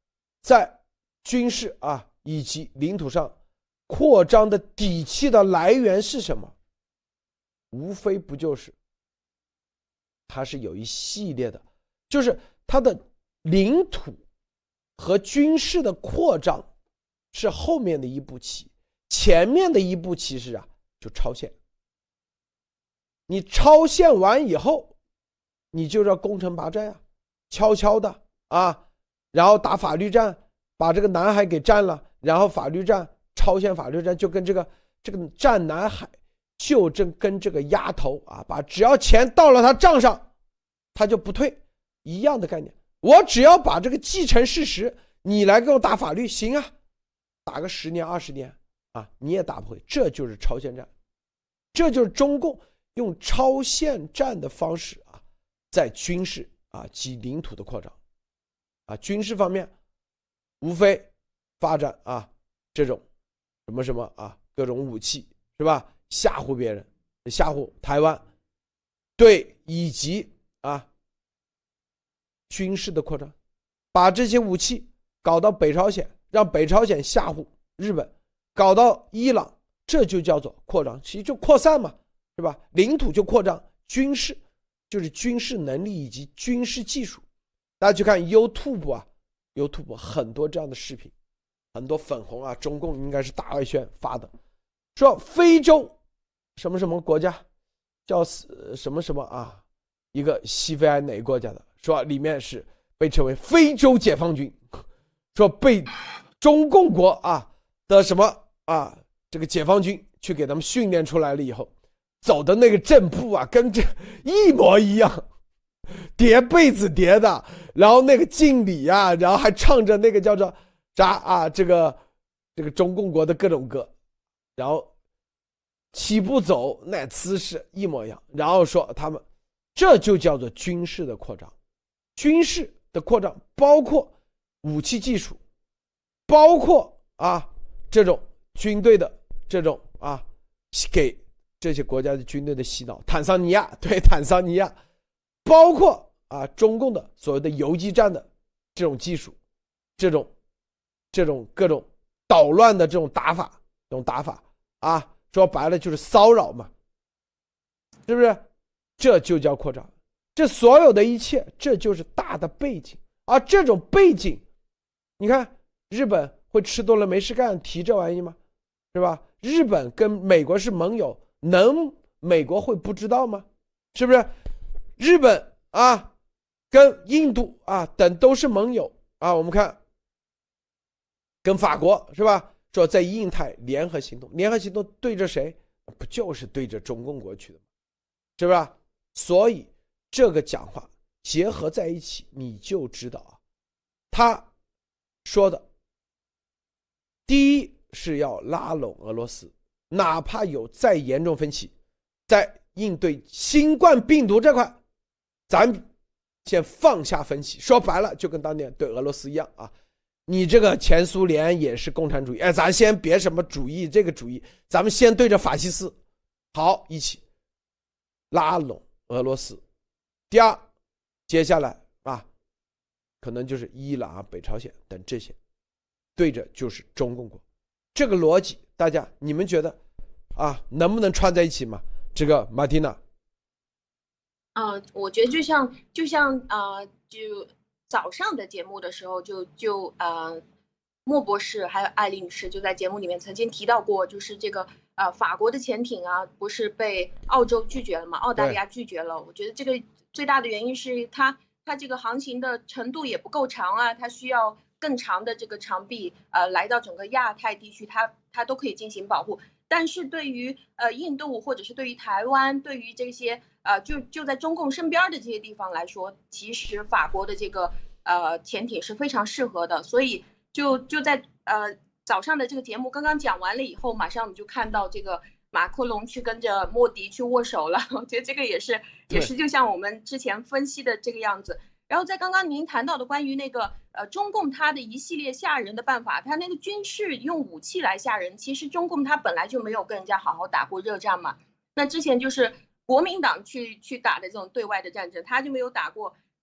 在军事啊以及领土上扩张的底气的来源是什么？无非不就是它是有一系列的，就是它的领土和军事的扩张是后面的一步棋，前面的一步其实啊就超限。你超限完以后，你就要攻城拔寨啊，悄悄的啊，然后打法律战，把这个南海给占了，然后法律战，超限法律战就跟这个这个占南海，就正跟这个丫头啊，把只要钱到了他账上，他就不退，一样的概念。我只要把这个既成事实，你来给我打法律，行啊，打个十年二十年啊，你也打不回。这就是超限战，这就是中共用超限战的方式啊，在军事啊及领土的扩张啊，军事方面无非发展啊这种什么什么啊各种武器是吧，吓唬别人，吓唬台湾，对，以及啊军事的扩张，把这些武器搞到北朝鲜，让北朝鲜吓唬日本，搞到伊朗，这就叫做扩张，其实就扩散嘛，是吧？领土就扩张，军事就是军事能力以及军事技术。大家去看 YouTube 啊 ，YouTube 很多这样的视频，很多粉红啊，中共应该是大外宣发的，说非洲什么什么国家叫什么什么啊，一个西非哪个国家的，说里面是被称为非洲解放军，说被中共国啊的什么啊这个解放军去给他们训练出来了以后，走的那个正步啊跟这一模一样，叠被子叠的，然后那个敬礼啊，然后还唱着那个叫做啥啊这个这个中共国的各种歌，然后起步走那姿势一模一样，然后说他们这就叫做军事的扩张。军事的扩张包括武器技术，包括啊这种军队的这种啊给这些国家的军队的洗脑，坦桑尼亚，对，坦桑尼亚，包括啊中共的所谓的游击战的这种技术，这种这种各种捣乱的这种打法，这种打法啊，说白了就是骚扰嘛，是不是？这就叫扩张。这所有的一切，这就是大的背景。而这种背景，你看日本会吃多了没事干提这玩意吗？是吧？日本跟美国是盟友，能美国会不知道吗？是不是？日本啊跟印度啊等都是盟友啊，我们看跟法国是吧，说在印太联合行动，联合行动对着谁？不就是对着中共国去的吗？是不是？所以这个讲话结合在一起，你就知道啊，他说的第一是要拉拢俄罗斯，哪怕有再严重分歧，在应对新冠病毒这块，咱先放下分歧。说白了，就跟当年对俄罗斯一样啊，你这个前苏联也是共产主义，哎，咱先别什么主义这个主义，咱们先对着法西斯，好，一起拉拢俄罗斯。第二，接下来啊，可能就是伊朗啊、北朝鲜等这些，对着就是中共国。这个逻辑，大家你们觉得啊，能不能串在一起嘛？这个马蒂娜， 呃，我觉得就像就像呃，就早上的节目的时候就，就呃，莫博士还有艾丽女士就在节目里面曾经提到过，就是这个呃法国的潜艇啊，不是被澳洲拒绝了吗？澳大利亚拒绝了。我觉得这个最大的原因是它它这个航行的程度也不够长啊，它需要更长的这个长臂，呃，来到整个亚太地区，它它都可以进行保护。但是对于呃印度或者是对于台湾，对于这些呃就就在中共身边的这些地方来说，其实法国的这个呃潜艇是非常适合的。所以就就在呃早上的这个节目刚刚讲完了以后，马上我们就看到这个马克龙去跟着莫迪去握手了。我觉得这个也是也是就像我们之前分析的这个样子。然后在刚刚您谈到的关于那个呃中共它的一系列吓人的办法，它那个军事用武器来吓人，其实中共它本来就没有跟人家好好打过热战嘛。那之前就是国民党去去打的这种对外的战争，他就没有打过。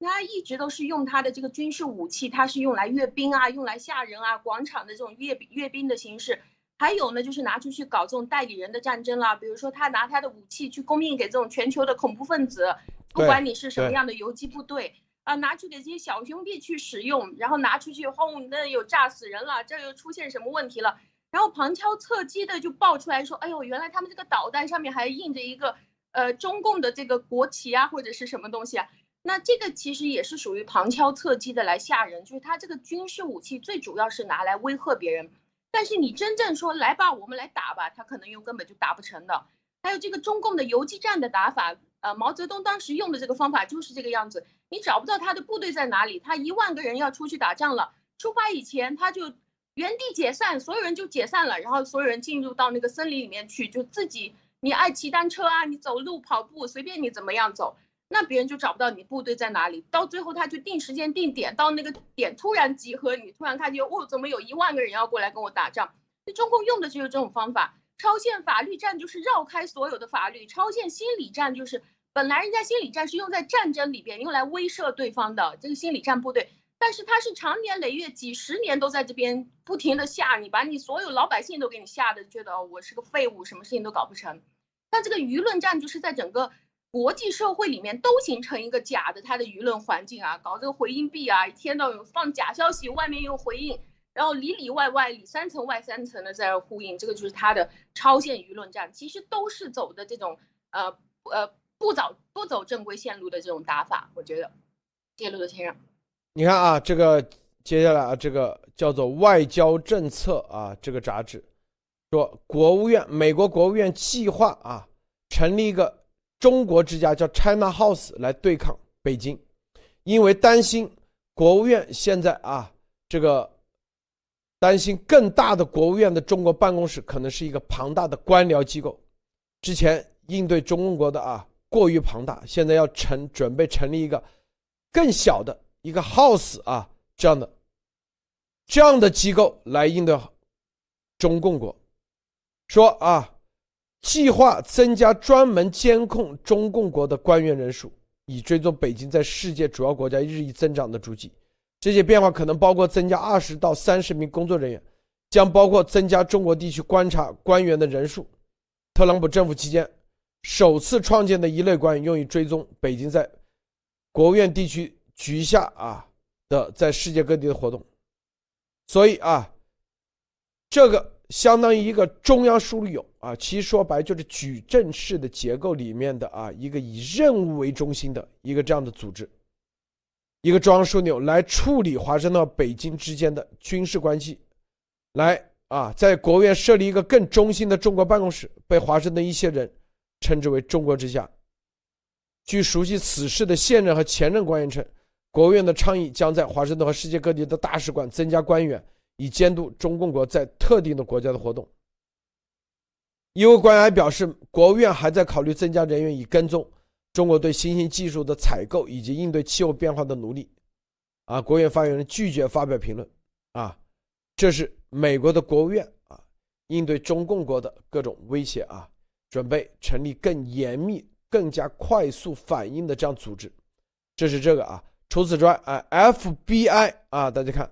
他一直都是用他的这个军事武器，他是用来阅兵啊，用来吓人啊，广场的这种阅阅兵的形式。还有呢，就是拿出去搞这种代理人的战争啦，比如说他拿他的武器去供应给这种全球的恐怖分子，不管你是什么样的游击部队啊，拿去给这些小兄弟去使用，然后拿出去轰，那有炸死人了，这又出现什么问题了？然后旁敲侧击的就爆出来说，哎呦，原来他们这个导弹上面还印着一个呃中共的这个国旗啊，或者是什么东西啊？那这个其实也是属于旁敲侧击的来吓人，就是他这个军事武器最主要是拿来威吓别人。但是你真正说来吧，我们来打吧，他可能又根本就打不成的。还有这个中共的游击战的打法，呃，毛泽东当时用的这个方法就是这个样子，你找不到他的部队在哪里，他一万个人要出去打仗了，出发以前他就原地解散，所有人就解散了，然后所有人进入到那个森林里面去，就自己你爱骑单车啊，你走路跑步随便你怎么样走，那别人就找不到你部队在哪里，到最后他就定时间定点，到那个点突然集合，你突然看见哦，怎么有一万个人要过来跟我打仗？中共用的就是这种方法。超限法律战就是绕开所有的法律，超限心理战就是本来人家心理战是用在战争里边，用来威慑对方的这个心理战部队，但是他是长年累月几十年都在这边不停的吓你，把你所有老百姓都给你吓得觉得哦，我是个废物，什么事情都搞不成。那这个舆论战就是在整个国际社会里面都形成一个假的他的舆论环境啊，搞这个回音壁啊，一天到晚放假消息，外面又回应，然后里里外外里三层外三层的在呼应，这个就是他的超限舆论战，其实都是走的这种呃呃不走不走正规线路的这种打法，我觉得。介入的先生， 你看啊，这个接下来啊，这个叫做外交政策啊，这个杂志说，国务院美国国务院计划啊成立一个中国之家，叫 China House 来对抗北京，因为担心国务院现在啊这个。担心更大的国务院的中国办公室可能是一个庞大的官僚机构，之前应对中国的啊过于庞大，现在要成准备成立一个更小的一个 house 啊这样的这样的机构来应对中共国，说啊计划增加专门监控中共国的官员人数，以追踪北京在世界主要国家日益增长的足迹。这些变化可能包括增加二十到三十名工作人员，将包括增加中国地区观察官员的人数。特朗普政府期间首次创建的一类官员用于追踪北京在国务院地区局下啊的在世界各地的活动。所以啊，这个相当于一个中央枢纽啊，其实说白就是矩阵式的结构里面的啊一个以任务为中心的一个这样的组织。一个中央枢纽来处理华盛顿和北京之间的军事关系，来啊，在国务院设立一个更中心的中国办公室，被华盛顿一些人称之为中国之家。据熟悉此事的现任和前任官员称，国务院的倡议将在华盛顿和世界各地的大使馆增加官员，以监督中共国在特定的国家的活动。一位官员还表示，国务院还在考虑增加人员以跟踪中国对新兴技术的采购以及应对气候变化的努力。啊，国务院发言人拒绝发表评论。啊，这是美国的国务院啊，应对中共国的各种威胁啊，准备成立更严密、更加快速反应的这样组织。这是这个啊。除此之外啊 ，F B I 啊，大家看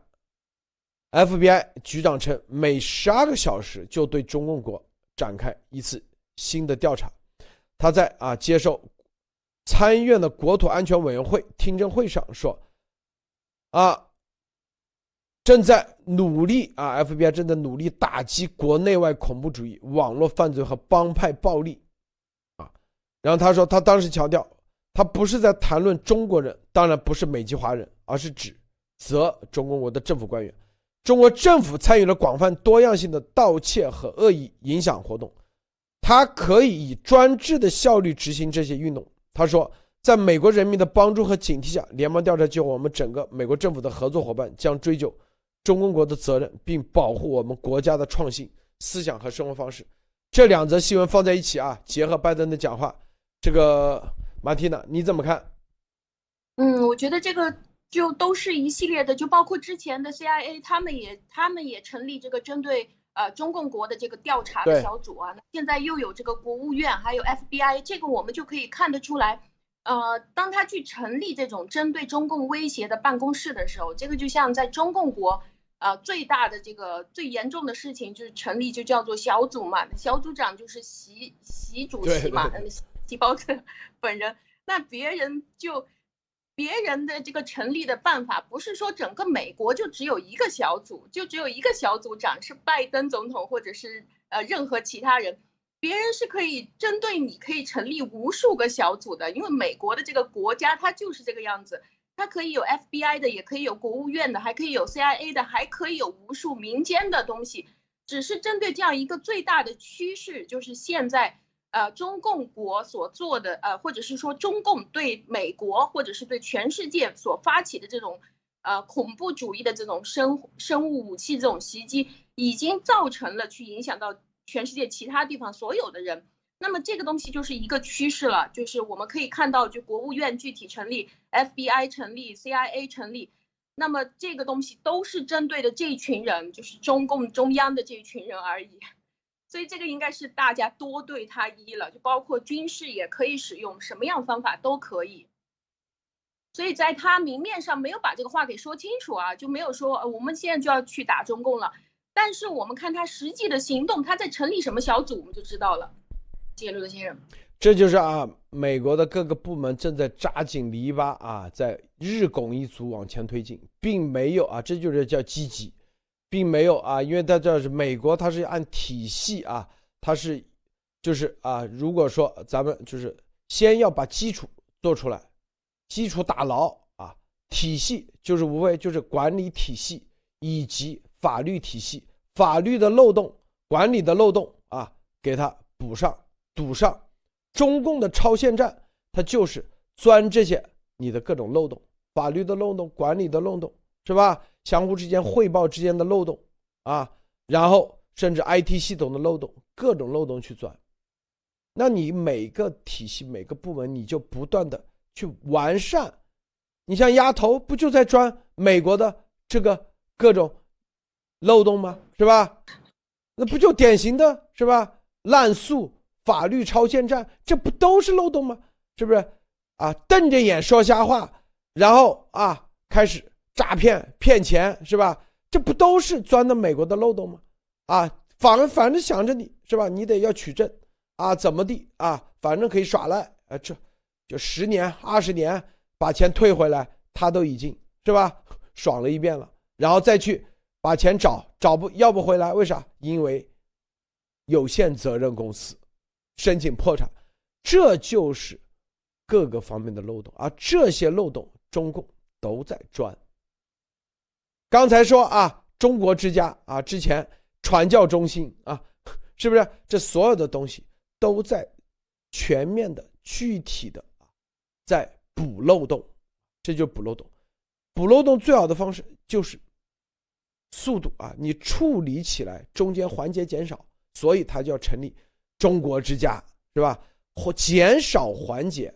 ，F B I 局长称，每十二个小时就对中共国展开一次新的调查。他在啊接受参议院的国土安全委员会听证会上说，啊，正在努力啊 ，F B I 正在努力打击国内外恐怖主义、网络犯罪和帮派暴力，啊，然后他说，他当时强调，他不是在谈论中国人，当然不是美籍华人，而是指责中国国的政府官员。中国政府参与了广泛多样性的盗窃和恶意影响活动，他可以以专制的效率执行这些运动。他说，在美国人民的帮助和警惕下，联邦调查局和我们整个美国政府的合作伙伴将追究中共国的责任，并保护我们国家的创新思想和生活方式。这两则新闻放在一起啊，结合拜登的讲话，这个马蒂娜你怎么看？ 嗯，我觉得这个就都是一系列的，就包括之前的 C I A， 他们也他们也成立这个针对呃中共国的这个调查的小组啊。现在又有这个国务院，还有 F B I， 这个我们就可以看得出来。 呃，当他去成立这种针对中共威胁的办公室的时候，这个就像在中共国，呃，最大的这个最严重的事情就是成立就叫做小组嘛，小组长就是习习主席嘛，嗯，习包特本人。那别人就别人的这个成立的办法，不是说整个美国就只有一个小组，就只有一个小组长是拜登总统或者是呃任何其他人。别人是可以针对你可以成立无数个小组的，因为美国的这个国家它就是这个样子，它可以有 F B I 的，也可以有国务院的，还可以有 C I A 的，还可以有无数民间的东西，只是针对这样一个最大的趋势，就是现在呃中共国所做的呃，或者是说中共对美国或者是对全世界所发起的这种呃恐怖主义的这种生生物武器这种袭击，已经造成了去影响到全世界其他地方所有的人。那么这个东西就是一个趋势了，就是我们可以看到，就国务院具体成立， F B I 成立， C I A 成立，那么这个东西都是针对的这一群人，就是中共中央的这一群人而已。所以这个应该是大家多对他一了，就包括军事也可以使用，什么样方法都可以。所以在他明面上没有把这个话给说清楚啊，就没有说、呃、我们现在就要去打中共了。但是我们看他实际的行动，他在成立什么小组，我们就知道了。谢谢陆德先生。 这就是啊，美国的各个部门正在扎紧篱笆啊，在日拱一卒往前推进，并没有啊，这就是叫积极，并没有啊，因为它这是美国，它是按体系啊，它是就是啊，如果说咱们就是先要把基础做出来，基础打牢啊，体系就是无非就是管理体系以及法律体系，法律的漏洞、管理的漏洞啊，给它补上、堵上。中共的超限战，它就是钻这些你的各种漏洞，法律的漏洞、管理的漏洞，是吧？相互之间汇报之间的漏洞啊，然后甚至 I T 系统的漏洞，各种漏洞去钻。那你每个体系、每个部门，你就不断的去完善。你像丫头，不就在钻美国的这个各种漏洞吗？是吧？那不就典型的是吧？滥诉、法律超限战，这不都是漏洞吗？是不是啊？瞪着眼说瞎话，然后啊开始诈骗骗钱，是吧？这不都是钻的美国的漏洞吗？啊，反反正想着你是吧？你得要取证啊，怎么地啊？反正可以耍赖啊，这就十年二十年把钱退回来，他都已经是吧爽了一遍了，然后再去把钱找找不要不回来，为啥？因为有限责任公司申请破产，这就是各个方面的漏洞，而这些漏洞中共都在钻。刚才说啊，中国之家啊，之前传教中心啊，是不是这所有的东西都在全面的具体的在补漏洞？这就是补漏洞。补漏洞最好的方式就是速度啊，你处理起来中间环节减少，所以它就要成立中国之家，是吧？或减少环节，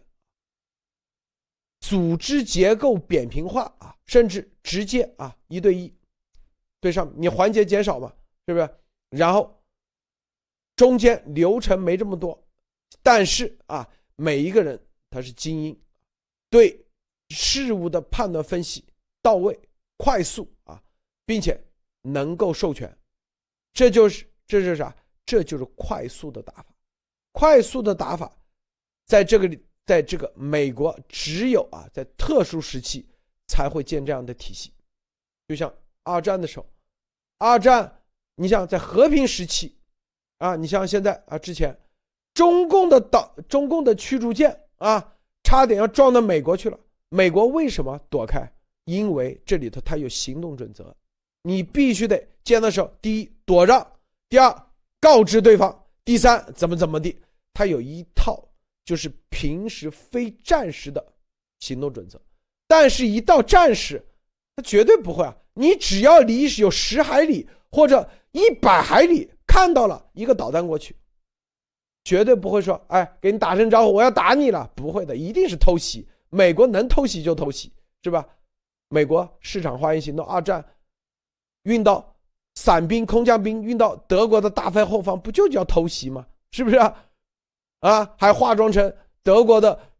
组织结构扁平化啊，甚至直接啊一对一对上，你环节减少嘛，是不是？然后中间流程没这么多，但是啊，每一个人他是精英，对事物的判断分析到位、快速啊，并且能够授权，这就是这就是啥？这就是快速的打法。快速的打法，在这个在这个美国只有啊在特殊时期才会建这样的体系。就像二战的时候，二战你想在和平时期啊，你像现在啊之前中共的导中共的驱逐舰啊差点要撞到美国去了，美国为什么躲开？因为这里头它有行动准则，你必须得见的时候，第一躲让，第二告知对方，第三怎么怎么地，它有一套就是平时非战时的行动准则。但是一到战时，他绝对不会啊，你只要离有十海里或者一百海里看到了一个导弹过去，绝对不会说哎给你打声招呼我要打你了，不会的，一定是偷袭。美国能偷袭就偷袭，是吧？美国市场化运行动，二战运到伞兵空降兵运到德国的大后方，不就叫偷袭吗？是不是啊？啊，还化妆成德国的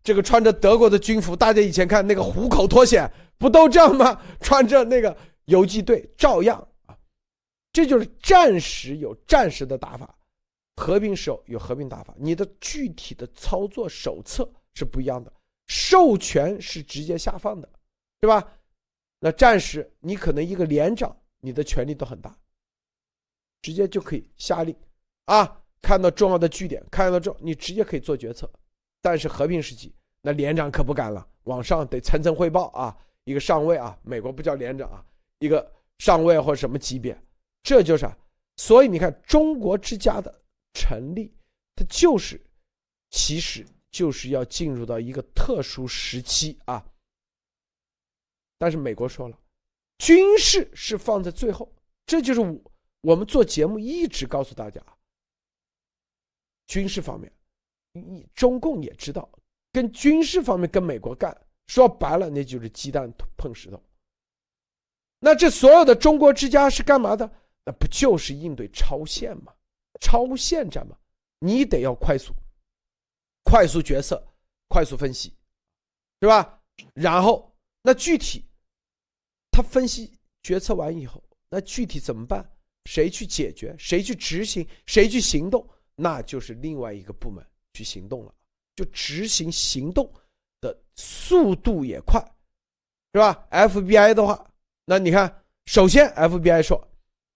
这个穿着德国的军服，大家以前看那个虎口脱险不都这样吗？穿着那个游击队照样啊，这就是战时有战时的打法，和平时有和平打法，你的具体的操作手册是不一样的，授权是直接下放的，对吧？那战时你可能一个连长，你的权力都很大，直接就可以下令啊，看到重要的据点，看到重你直接可以做决策。但是和平时期，那连长可不敢了，往上得层层汇报啊，一个上尉啊，美国不叫连长啊，一个上尉或什么级别，这就是啊。所以你看，中国之家的成立，它就是其实就是要进入到一个特殊时期啊。但是美国说了，军事是放在最后，这就是我我们做节目一直告诉大家，军事方面。你中共也知道，跟军事方面跟美国干，说白了那就是鸡蛋碰石头。那这所有的中国之家是干嘛的？那不就是应对超限吗？超限战嘛，你得要快速，快速决策，快速分析，对吧？然后那具体他分析决策完以后，那具体怎么办？谁去解决？谁去执行？谁去行动？那就是另外一个部门去行动了，就执行行动的速度也快，是吧 ？F B I 的话，那你看，首先 F B I 说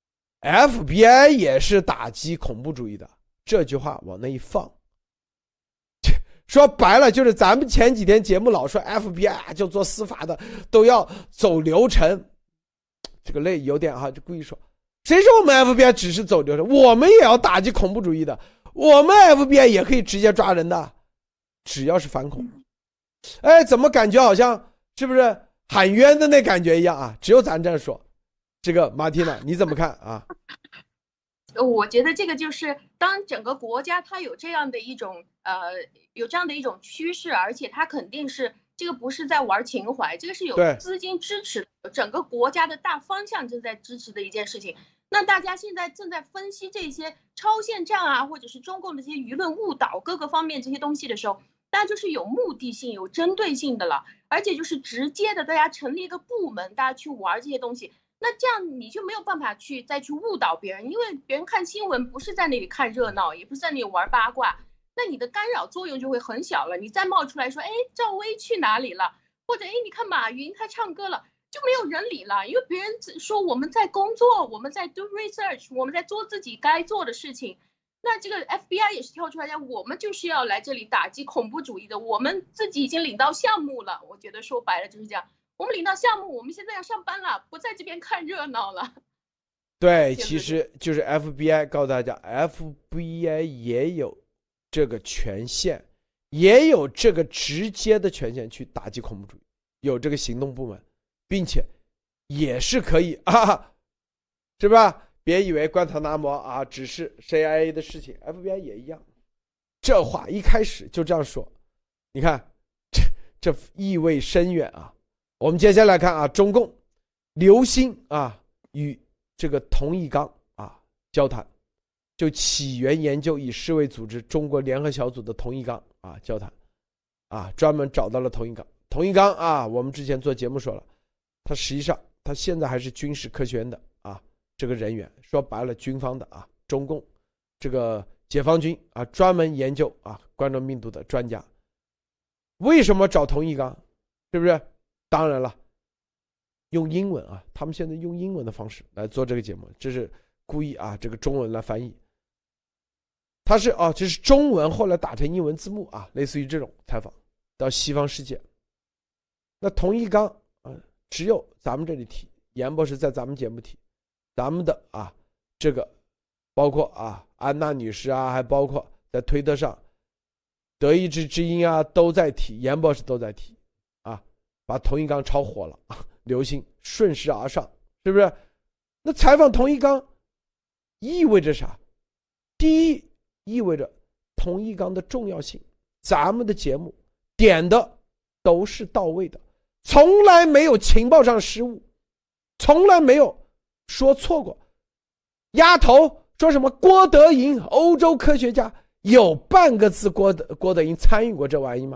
，F B I 也是打击恐怖主义的，这句话往那一放，说白了就是咱们前几天节目老说 F B I 就做司法的都要走流程，这个类有点哈，就故意说，谁说我们 F B I 只是走流程，我们也要打击恐怖主义的。我们 F B I 也可以直接抓人的，只要是反恐。哎，怎么感觉好像是不是喊冤的那感觉一样啊？只有咱这样说。这个马蒂娜，你怎么看啊？ 我觉得这个就是当整个国家它有这样的一种呃有这样的一种趋势，而且它肯定是这个不是在玩情怀，这个是有资金支持的，整个国家的大方向正在支持的一件事情。那大家现在正在分析这些超限战啊，或者是中共的这些舆论误导各个方面这些东西的时候，大家就是有目的性、有针对性的了，而且就是直接的，大家成立一个部门，大家去玩这些东西。那这样你就没有办法去再去误导别人，因为别人看新闻不是在那里看热闹，也不是在那里玩八卦，那你的干扰作用就会很小了。你再冒出来说，哎，赵薇去哪里了？或者哎，你看马云他唱歌了。就没有人理了，因为别人说我们在工作，我们在 do research， 我们在做自己该做的事情。那这个 F B I 也是跳出来讲，我们就是要来这里打击恐怖主义的，我们自己已经领到项目了。我觉得说白了就是这样，我们领到项目，我们现在要上班了，不在这边看热闹了。 对，其实就是 F B I 告诉大家 ，F B I 也有这个权限，也有这个直接的权限去打击恐怖主义，有这个行动部门。并且也是可以啊，是吧？别以为关塔那摩啊只是 C I A 的事情 ，F B I 也一样。这话一开始就这样说，你看这这意味深远啊。我们接下来看啊，中共刘星啊与这个童一刚啊交谈，就起源研究以世卫组织中国联合小组的童一刚啊交谈啊，专门找到了童一刚。童一刚啊，我们之前做节目说了。他实际上，他现在还是军事科学院的啊，这个人员说白了，军方的啊，中共这个解放军啊，专门研究啊冠状病毒的专家。为什么找童一刚？是不是？当然了，用英文啊，他们现在用英文的方式来做这个节目，这是故意啊，这个中文来翻译。他是啊，这是中文后来打成英文字幕啊，类似于这种采访到西方世界。那童一刚啊。只有咱们这里提，严博士在咱们节目提，咱们的啊这个包括啊安娜女士啊，还包括在推特上德意志之音啊都在提，严博士都在提啊，把童一刚炒火了，流行顺势而上，是不是？那采访童一刚意味着啥？第一，意味着童一刚的重要性，咱们的节目点的都是到位的。从来没有情报上失误，从来没有说错过。丫头说什么郭德纲欧洲科学家，有半个字郭德郭德纲参与过这玩意吗？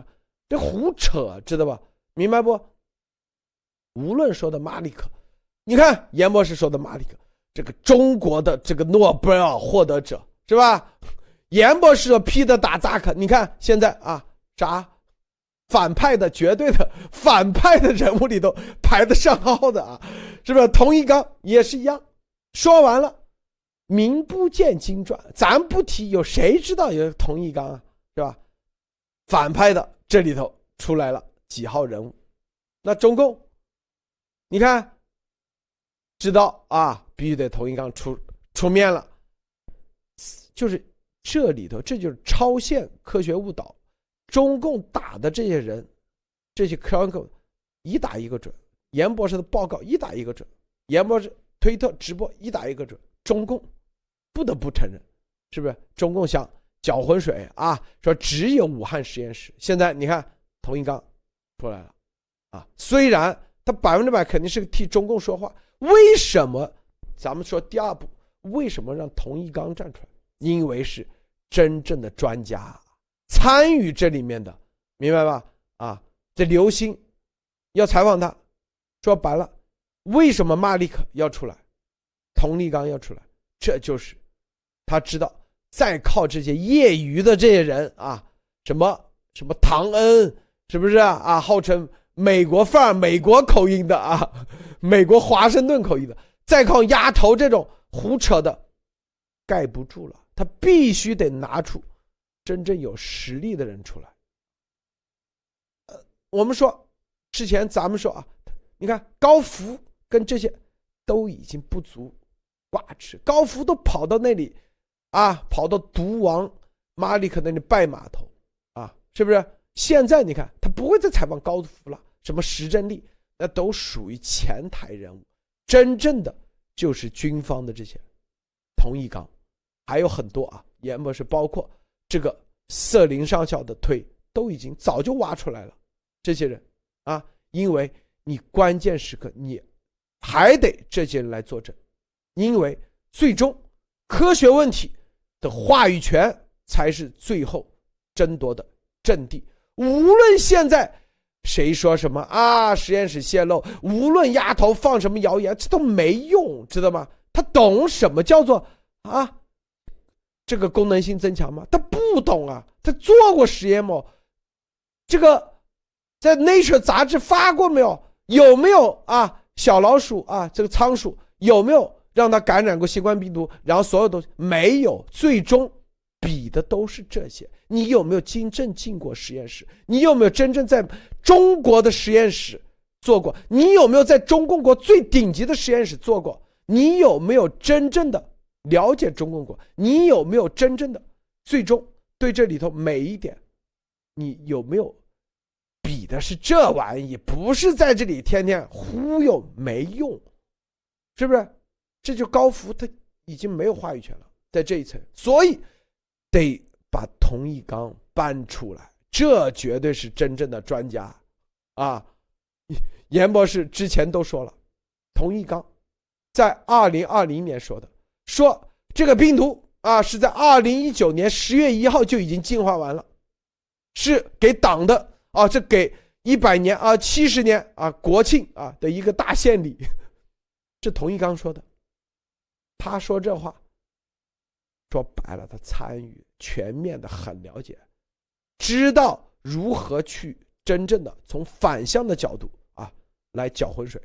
这胡扯，知道吧？明白不？无论说的马里克，你看严博士说的马里克，这个中国的这个诺贝尔获得者是吧？严博士批的打扎克，你看现在啊啥反派的绝对的反派的人物里头排得上号的啊，是不是？童一刚也是一样。说完了，名不见经传，咱不提，有谁知道有童一刚啊，是吧？反派的这里头出来了几号人物，那中共，你看，知道啊，必须得童一刚出出面了，就是这里头，这就是超限科学误导，中共打的这些人，这些科学一打一个准，严博士的报告一打一个准，严博士推特直播一打一个准，中共不得不承认，是不是？中共想搅浑水啊，说只有武汉实验室。现在你看童一刚出来了啊，虽然他百分之百肯定是替中共说话，为什么？咱们说第二步，为什么让童一刚站出来？因为是真正的专家参与这里面的，明白吧？啊，这刘星要采访他，说白了，为什么马利克要出来，童一刚要出来？这就是他知道，再靠这些业余的这些人啊，什么什么唐恩，是不是啊？啊，号称美国范儿、美国口音的啊，美国华盛顿口音的，再靠丫头这种胡扯的，盖不住了。他必须得拿出真正有实力的人出来。呃，我们说之前咱们说啊，你看高福跟这些都已经不足挂齿，高福都跑到那里啊，跑到毒王马里克那里拜码头啊，是不是？现在你看他不会再采访高福了，什么石正丽，那都属于前台人物，真正的就是军方的这些童一刚。还有很多啊，严博士包括这个瑟林上校的推都已经早就挖出来了，这些人啊，因为你关键时刻你还得这些人来作证，因为最终科学问题的话语权才是最后争夺的阵地。无论现在谁说什么啊，实验室泄露，无论丫头放什么谣言，这都没用，知道吗？他懂什么叫做啊这个功能性增强吗？他不懂啊，他做过实验吗？这个在 Nature 杂志发过没有？有没有啊？小老鼠啊，这个仓鼠有没有让它感染过新冠病毒？然后所有东西没有，最终比的都是这些。你有没有真正进过实验室？你有没有真正在中国的实验室做过？你有没有在中共国最顶级的实验室做过？你有没有真正的了解中共国？你有没有真正的最终对这里头每一点，你有没有比的是这玩意，不是在这里天天忽悠，没用，是不是？这就高福他已经没有话语权了，在这一层，所以得把童一刚搬出来，这绝对是真正的专家啊！严博士之前都说了，童一刚在二零二零年说的，说这个病毒啊是在二零一九年十月一号就已经进化完了，是给党的啊，这给一百年啊七十年啊国庆啊的一个大献礼。这童一刚说的，他说这话说白了，他参与全面的很了解，知道如何去真正的从反向的角度啊来搅浑水，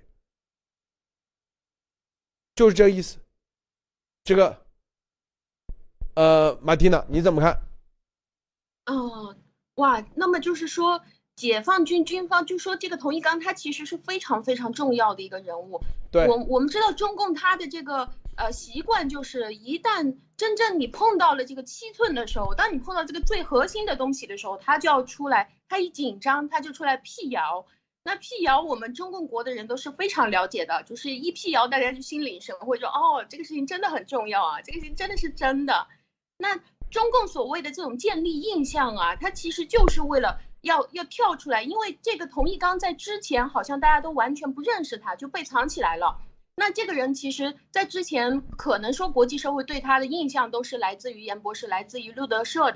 就是这个意思。这个呃马蒂娜你怎么看？ 哦，哇，那么就是说解放军军方就说这个童一刚他其实是非常非常重要的一个人物。 对， 我我们知道中共他的这个呃习惯就是一旦真正你碰到了这个七寸的时候，当你碰到这个最核心的东西的时候，他就要出来，他一紧张他就出来辟谣。那辟谣我们中共国的人都是非常了解的，就是一辟谣大家就心领神会，说哦这个事情真的很重要啊，这个事情真的是真的。那中共所谓的这种建立印象啊，它其实就是为了要要跳出来，因为这个童一刚在之前好像大家都完全不认识他，就被藏起来了。那这个人其实在之前可能说国际社会对他的印象都是来自于严博士，来自于路德社的。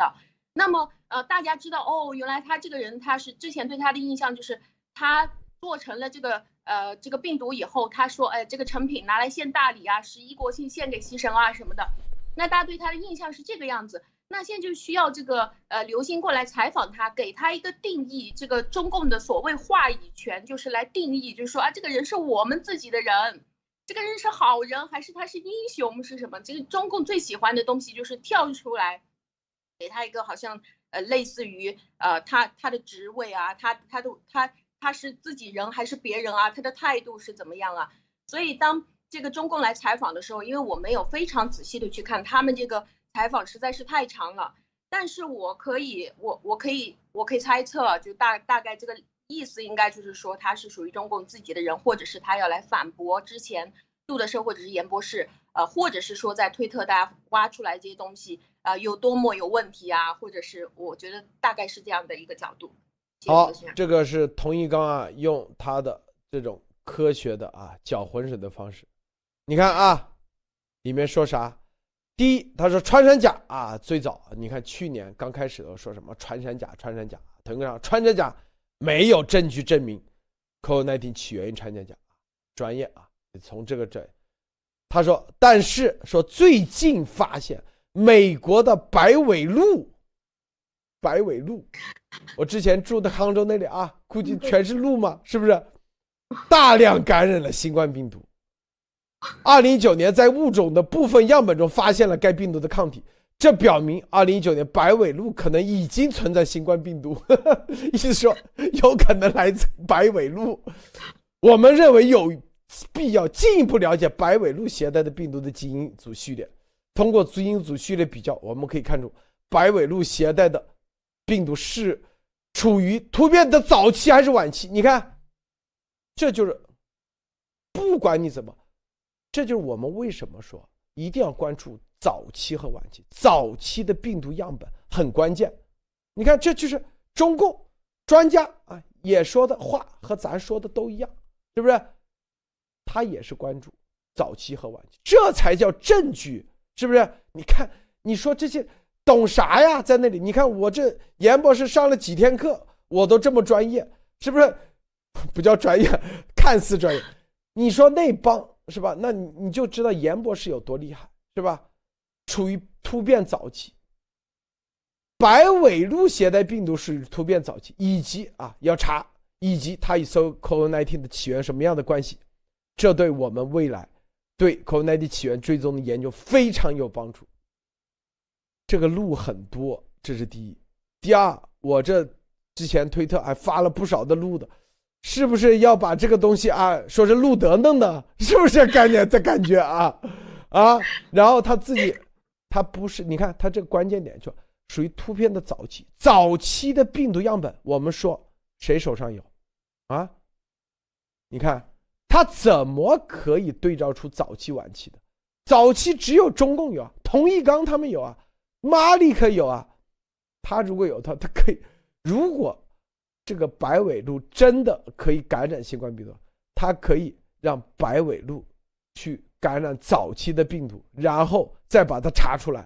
那么呃，大家知道哦，原来他这个人他是之前对他的印象就是他做成了这个呃这个病毒以后，他说哎这个成品拿来献大礼啊，十一国庆献给西神啊什么的，那大家对他的印象是这个样子。那现在就需要这个呃刘星过来采访他，给他一个定义。这个中共的所谓话语权就是来定义，就是说啊，这个人是我们自己的人，这个人是好人还是他是英雄是什么？这个中共最喜欢的东西就是跳出来，给他一个好像呃类似于呃他他的职位啊，他他的他他是自己人还是别人啊，他的态度是怎么样啊？所以当这个中共来采访的时候，因为我没有非常仔细的去看他们这个。采访实在是太长了，但是我可以，我我可以，我可以猜测，就大大概这个意思应该就是说他是属于中共自己的人，或者是他要来反驳之前路德社或者是严博士，呃，或者是说在推特大家挖出来这些东西，呃，有多么有问题啊，或者是我觉得大概是这样的一个角度。 好，这个是童一刚啊，用他的这种科学的啊搅浑水的方式，你看啊，里面说啥？第一，他说穿山甲啊，最早你看去年刚开始的说什么穿山甲，穿山甲，腾格上穿山甲没有证据证明 COVID 十九 起源于穿山甲，专业啊，从这个这，他说，但是说最近发现美国的白尾鹿，白尾鹿，我之前住的杭州那里啊，估计全是鹿嘛，是不是？大量感染了新冠病毒。二零一九年在物种的部分样本中发现了该病毒的抗体，这表明二零一九年白尾鹿可能已经存在新冠病毒，呵呵，意思说有可能来自白尾鹿。我们认为有必要进一步了解白尾鹿携带的病毒的基因组序列，通过基因组序列比较，我们可以看出白尾鹿携带的病毒是处于突变的早期还是晚期。你看，这就是不管你怎么，这就是我们为什么说一定要关注早期和晚期，早期的病毒样本很关键。你看，这就是中共专家啊也说的话和咱说的都一样，是不是？他也是关注早期和晚期，这才叫证据，是不是？你看，你说这些懂啥呀？在那里，你看我这严博士上了几天课，我都这么专业，是不是？不叫专业，看似专业。你说那帮是吧？那你你就知道严博士有多厉害，是吧？处于突变早期，白尾鹿携带病毒属于突变早期，以及啊要查，以及它与 COVID 十九 的起源什么样的关系，这对我们未来对 COVID 十九 起源追踪的研究非常有帮助。这个鹿很多，这是第一。第二，我这之前推特还发了不少的鹿的。是不是要把这个东西啊说是路德弄的，是不是概念的感觉啊啊？然后他自己他不是，你看他这个关键点就属于突变的早期，早期的病毒样本我们说谁手上有啊？你看他怎么可以对照出早期晚期的？早期只有中共有啊，童一刚他们有啊，马里克有啊，他如果有他他可以，如果这个白尾鹿真的可以感染新冠病毒，它可以让白尾鹿去感染早期的病毒，然后再把它查出来。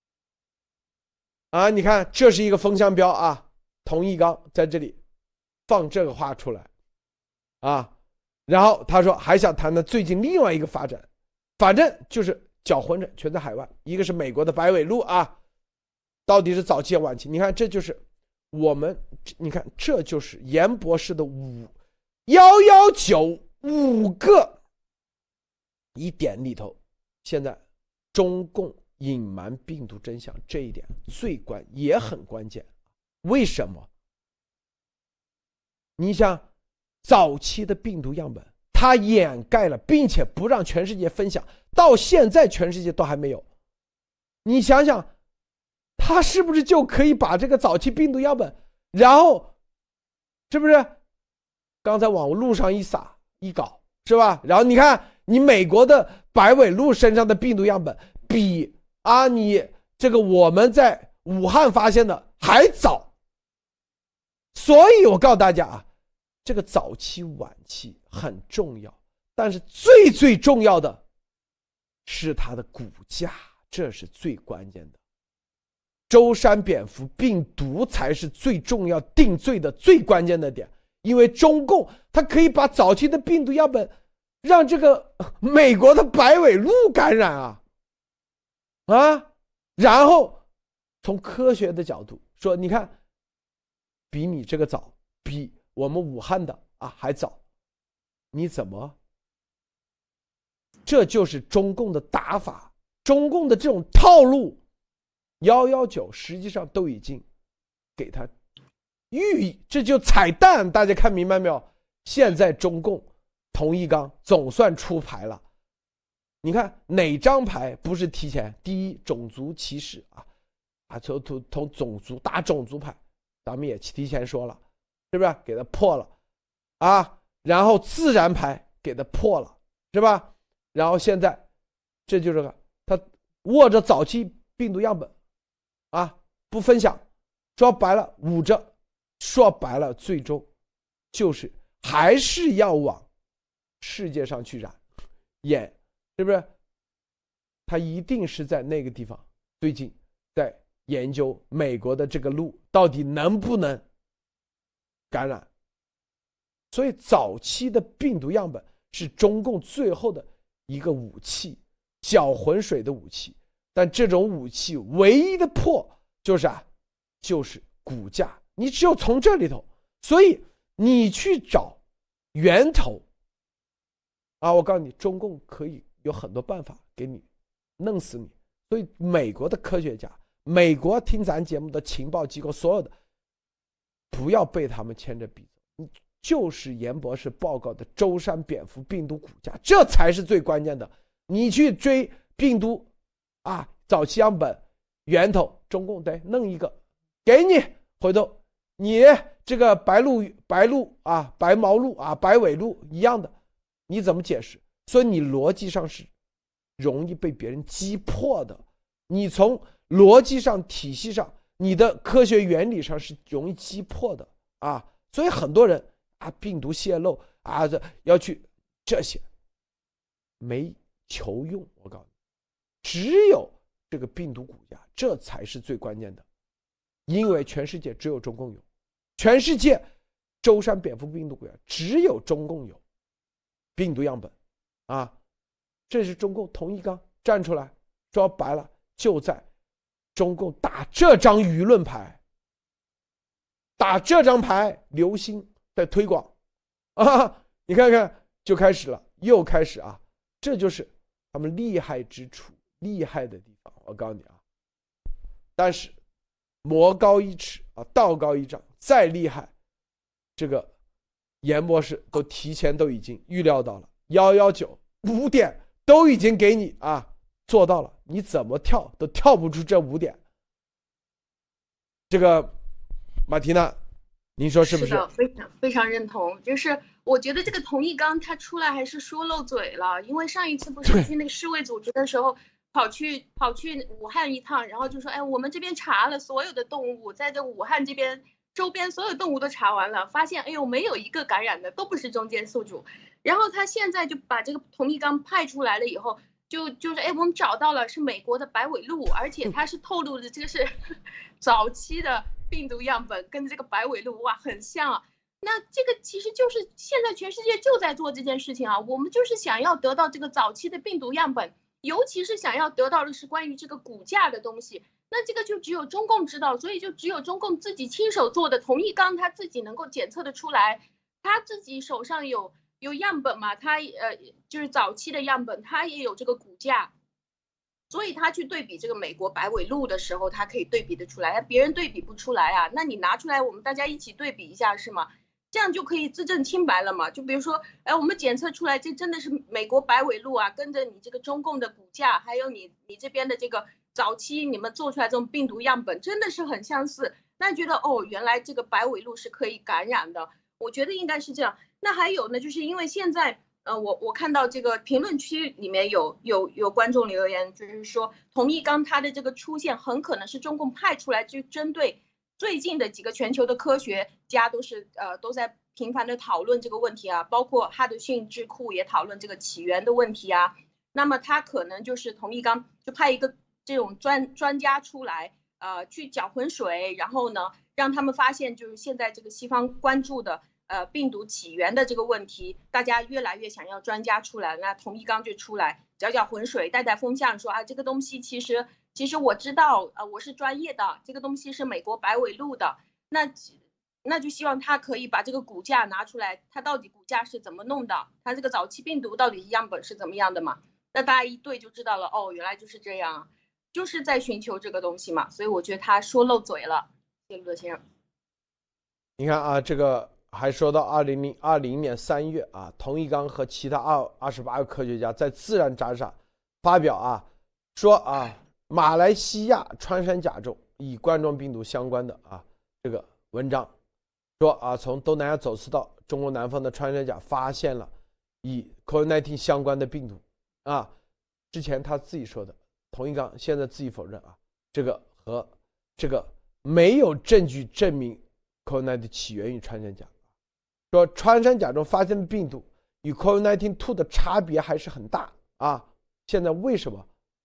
啊，你看这是一个风向标啊，童一刚在这里放这个话出来啊，然后他说还想谈谈最近另外一个发展，反正就是搅浑水全在海外，一个是美国的白尾鹿啊，到底是早期还是晚期？你看这就是我们，你看这就是严博士的五幺幺九五个一点里头，现在中共隐瞒病毒真相这一点最关也很关键。为什么？你想早期的病毒样本它掩盖了，并且不让全世界分享，到现在全世界都还没有。你想想他是不是就可以把这个早期病毒样本，然后是不是刚才往路上一撒一搞，是吧？然后你看你美国的白尾鹿身上的病毒样本比啊你这个我们在武汉发现的还早，所以我告诉大家啊，这个早期晚期很重要，但是最最重要的是它的股价，这是最关键的。 舟山蝙蝠病毒才是最重要定罪的最关键的点，因为中共它可以把早期的病毒样本让这个美国的白尾鹿感染啊啊，然后从科学的角度说，你看比你这个早，比我们武汉的啊还早，你怎么？这就是中共的打法，中共的这种套路，一一九实际上都已经给他寓意，这就彩蛋，大家看明白没有？现在中共童一刚总算出牌了，你看哪张牌不是提前？第一，种族歧视啊啊，从从从种族打种族牌，咱们也提前说了，是不是给他破了啊？然后自然牌给他破了，是吧？然后现在这就是个他握着早期病毒样本啊不分享，说白了捂着，说白了最终就是还是要往世界上去染演，是不是？他一定是在那个地方最近在研究美国的这个鹿到底能不能感染，所以早期的病毒样本是中共最后的一个武器，搅浑水的武器。但这种武器唯一的破就是啊，就是股价，你只有从这里头，所以你去找源头啊，我告诉你，中共可以有很多办法给你弄死你。所以美国的科学家，美国听咱节目的情报机构，所有的不要被他们牵着鼻子，就是严博士报告的舟山蝙蝠病毒股价，这才是最关键的。你去追病毒啊，早期样本源头，中共得弄一个给你，回头你这个白鹿白鹿啊白毛鹿啊白尾鹿一样的，你怎么解释？所以你逻辑上是容易被别人击破的，你从逻辑上体系上你的科学原理上是容易击破的啊。所以很多人啊病毒泄露啊这要去这些没求用，我告诉你，只有这个病毒股价，这才是最关键的，因为全世界只有中共有，全世界舟山蝙蝠病毒股价只有中共有病毒样本啊，这是中共童一刚站出来说白了，就在中共打这张舆论牌，打这张牌，流星在推广啊，你看看就开始了，又开始啊，这就是他们厉害之处，厉害的地方，我告诉你啊。但是魔高一尺啊，道高一丈，再厉害，这个严博士都提前都已经预料到了，一一九五点都已经给你啊做到了，你怎么跳都跳不出这五点。这个马缇娜，您说是不是？ 是的，非常非常认同。就是我觉得这个童一刚他出来还是说漏嘴了，因为上一次不是去那个世卫组织的时候，跑去跑去武汉一趟，然后就说，哎，我们这边查了所有的动物，在这武汉这边周边所有动物都查完了，发现哎呦没有一个感染的，都不是中间宿主。然后他现在就把这个童一刚派出来了以后，就就是哎，我们找到了是美国的白尾鹿，而且他是透露的这个是早期的病毒样本，跟这个白尾鹿哇很像啊。那这个其实就是现在全世界就在做这件事情啊，我们就是想要得到这个早期的病毒样本，尤其是想要得到的是关于这个骨架的东西。那这个就只有中共知道，所以就只有中共自己亲手做的童一刚他自己能够检测的出来，他自己手上有有样本嘛，他呃就是早期的样本，他也有这个骨架。所以他去对比这个美国白尾鹿的时候，他可以对比得出来，别人对比不出来啊。那你拿出来，我们大家一起对比一下，是吗？这样就可以自证清白了嘛？就比如说，哎，我们检测出来这真的是美国白尾鹿啊，跟着你这个中共的骨架，还有你你这边的这个早期你们做出来这种病毒样本，真的是很相似。那觉得哦，原来这个白尾鹿是可以感染的，我觉得应该是这样。那还有呢，就是因为现在。呃，我我看到这个评论区里面有有有观众留言，就是说童一刚他的这个出现很可能是中共派出来，就针对最近的几个全球的科学家都是呃都在频繁的讨论这个问题啊，包括哈德逊智库也讨论这个起源的问题啊。那么他可能就是童一刚就派一个这种专专家出来， 呃去搅浑水，然后呢让他们发现就是现在这个西方关注的呃病毒起源的这个问题，大家越来越想要专家出来，那童一刚就出来搅搅浑水，带带风向，说啊这个东西其实其实我知道，呃我是专业的，这个东西是美国白尾鹿的，那那就希望他可以把这个骨架拿出来，他到底骨架是怎么弄的，他这个早期病毒到底样本是怎么样的嘛？那大家一对就知道了，哦，原来就是这样，就是在寻求这个东西嘛，所以我觉得他说漏嘴了，谢谢陆德先生。 你看啊，这个还说到二零零二零年三月啊，童一刚和其他二二十八个科学家在《自然》杂志上发表啊，说啊，马来西亚穿山甲中与冠状病毒相关的啊这个文章，说啊，从东南亚走私到中国南方的穿山甲发现了与 COVID 十九 相关的病毒啊，之前他自己说的，童一刚现在自己否认啊，这个和这个没有证据证明 COVID 十九 起源于穿山甲，说穿山甲中发现的病毒与 COVID 十九 的差别还是很大啊。现在为什么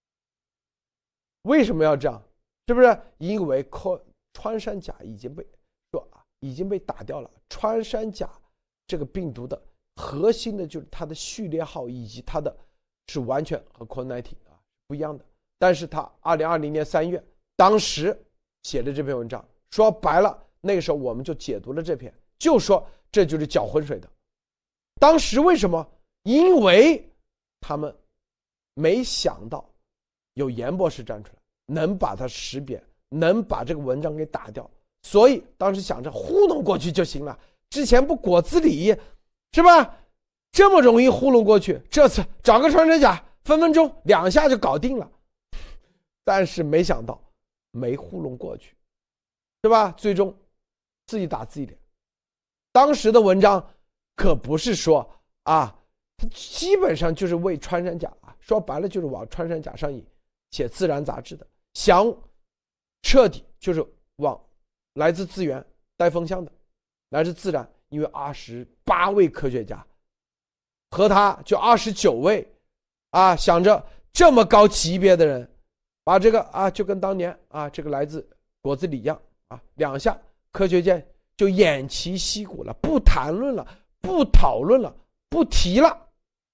为什么要这样？是不是因为穿山甲已经被说啊已经被打掉了？穿山甲这个病毒的核心的就是它的序列号以及它的是完全和 COVID 十九 啊不一样的。但是他二零二零年三月当时写的这篇文章，说白了，那个时候我们就解读了这篇，就说这就是搅浑水的。当时为什么？因为他们没想到有严博士站出来，能把它识别，能把这个文章给打掉，所以当时想着糊弄过去就行了。之前不果子狸是吧？这么容易糊弄过去，这次找个穿山甲，分分钟两下就搞定了。但是没想到没糊弄过去，是吧？最终自己打自己脸。当时的文章可不是说啊，它基本上就是为穿山甲啊，说白了就是往穿山甲上引，写自然杂志的，想彻底就是往来自资源带风向的，来自自然，因为二十八位科学家和他就二十九位啊，想着这么高级别的人，把这个啊就跟当年啊这个来自果子狸一样啊，两下科学界就偃旗息鼓了，不谈论了，不讨论了，不提了。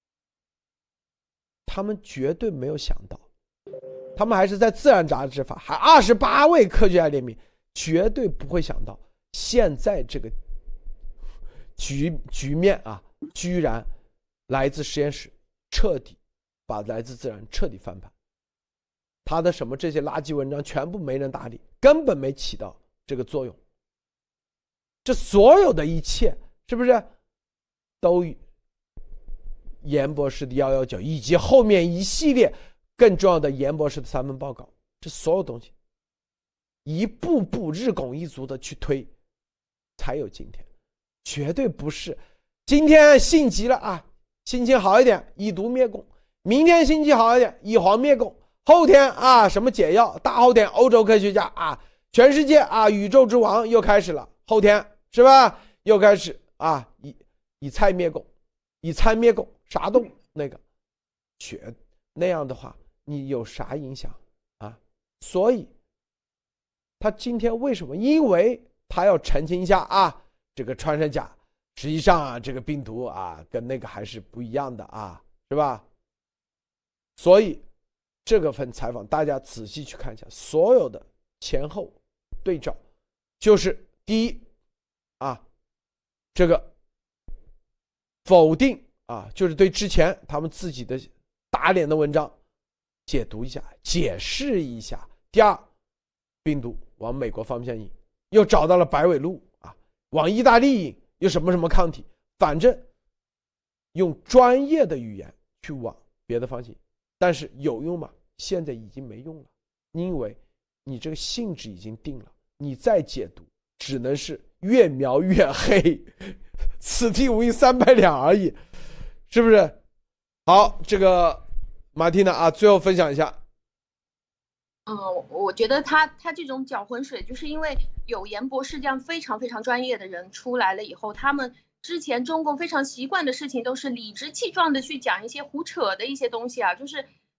他们绝对没有想到，他们还是在自然杂志发，还二十八位科学家联名，绝对不会想到现在这个局局面啊，居然来自实验室彻底把来自自然彻底翻盘。他的什么这些垃圾文章全部没人搭理，根本没起到这个作用。这所有的一切是不是都严博士的一一九以及后面一系列更重要的严博士的三份报告，这所有东西一步步日拱一卒的去推，才有今天。绝对不是今天性急了啊，心情好一点以毒灭共，明天心情好一点以黄灭共，后天啊什么解药，大后天欧洲科学家啊，全世界啊宇宙之王又开始了，后天是吧又开始啊以以菜灭共，以餐灭共，啥都那个绝那样的话你有啥影响啊？所以他今天为什么？因为他要澄清一下啊，这个穿山甲实际上啊这个病毒啊跟那个还是不一样的啊，是吧？所以这个份采访大家仔细去看一下，所有的前后对照，就是第一啊这个否定啊，就是对之前他们自己的打脸的文章解读一下，解释一下。第二，病毒往美国方向引，又找到了白尾鹿啊，往意大利引有什么什么抗体，反正用专业的语言去往别的方向，但是有用吗？现在已经没用了，因为你这个性质已经定了，你再解读只能是越描越黑，此地无银三百两而已，是不是？好，这个马蒂娜啊，最后分享一下。 嗯，我觉得他他这种搅浑水，就是因为有严博士这样非常非常专业的人出来了以后，他们之前中共非常习惯的事情都是理直气壮的去讲一些胡扯的一些东西啊，就是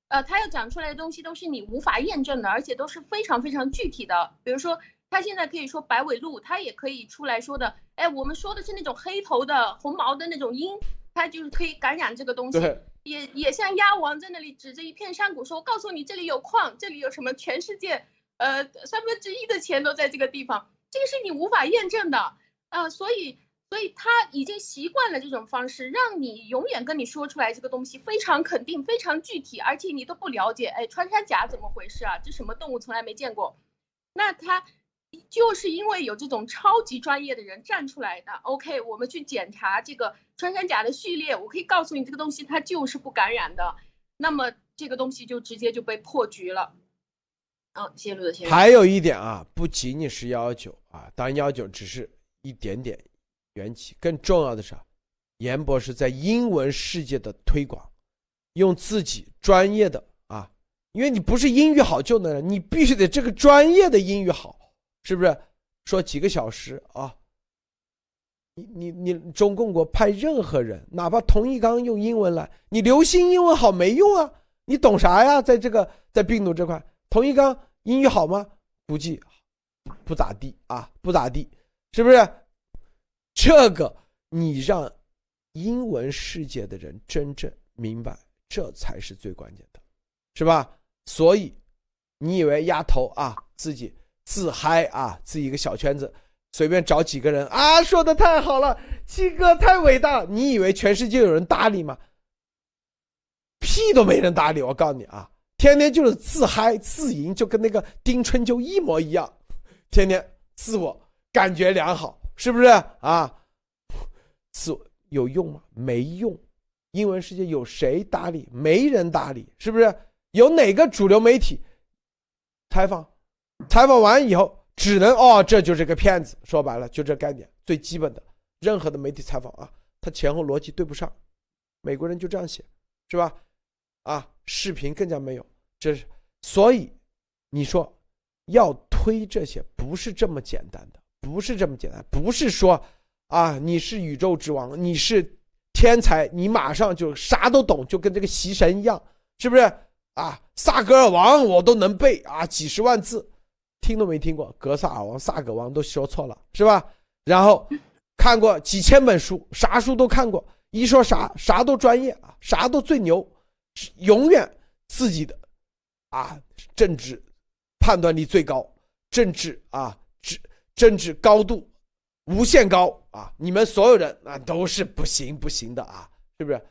呃，他要讲出来的东西都是你无法验证的，而且都是非常非常具体的。比如说，他现在可以说白尾鹿，他也可以出来说的，哎，我们说的是那种黑头的红毛的那种鹰，它就是可以感染这个东西。也也像鸭王在那里指着一片山谷说，我告诉你这里有矿，这里有什么，全世界呃三分之一的钱都在这个地方，这个是你无法验证的啊、呃，所以。所以他已经习惯了这种方式，让你永远跟你说出来这个东西非常肯定、非常具体，而且你都不了解，哎，穿山甲怎么回事啊？这什么动物从来没见过？那他就是因为有这种超级专业的人站出来的。OK， 我们去检查这个穿山甲的序列，我可以告诉你这个东西它就是不感染的，那么这个东西就直接就被破局了。哦，谢陆的先生。 还有一点啊，不仅仅是幺幺九啊，当然幺幺九只是一点点。缘起更重要的是，严博士在英文世界的推广，用自己专业的啊，因为你不是英语好就能，你必须得这个专业的英语好，是不是？说几个小时啊，你你你中共国派任何人，哪怕童一刚用英文来，你刘星英文好没用啊，你懂啥呀？在这个在病毒这块，童一刚英语好吗？估计不咋地啊，不咋地，是不是？这个你让英文世界的人真正明白，这才是最关键的，是吧？所以你以为丫头啊自己自嗨啊，自己一个小圈子随便找几个人啊，说的太好了，七哥太伟大，你以为全世界有人搭理吗？屁都没人搭理，我告诉你啊，天天就是自嗨自淫，就跟那个丁春秋一模一样，天天自我感觉良好，是不是啊？自有用吗？没用。英文世界有谁搭理？没人搭理，是不是？有哪个主流媒体采访采访完以后只能哦，这就是个骗子，说白了就这概念，最基本的。任何的媒体采访啊，它前后逻辑对不上，美国人就这样写，是吧？啊，视频更加没有，这是所以你说要推这些不是这么简单的，不是这么简单，不是说啊你是宇宙之王，你是天才，你马上就啥都懂，就跟这个习神一样，是不是啊？萨格尔王我都能背啊，几十万字，听都没听过，格萨尔王、萨格王都说错了，是吧？然后看过几千本书，啥书都看过，一说啥啥都专业啊，啥都最牛，永远自己的啊政治判断力最高，政治啊政治高度无限高啊！你们所有人啊都是不行不行的啊，是不是？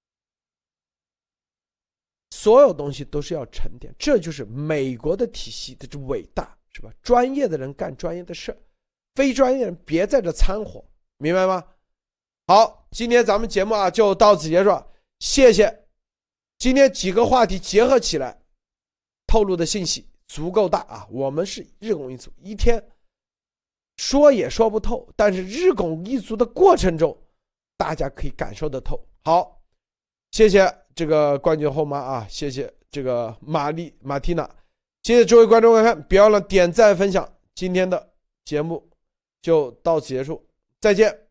所有东西都是要沉淀，这就是美国的体系的这伟大，是吧？专业的人干专业的事，非专业人别在这掺和，明白吗？好，今天咱们节目啊就到此结束，谢谢。今天几个话题结合起来，透露的信息足够大啊！我们是日拱一卒，一天说也说不透，但是日拱一卒的过程中，大家可以感受得透。好，谢谢这个冠军后妈啊，谢谢这个玛丽马蒂娜，谢谢诸位观众观看，别忘了点赞分享。今天的节目就到此结束，再见。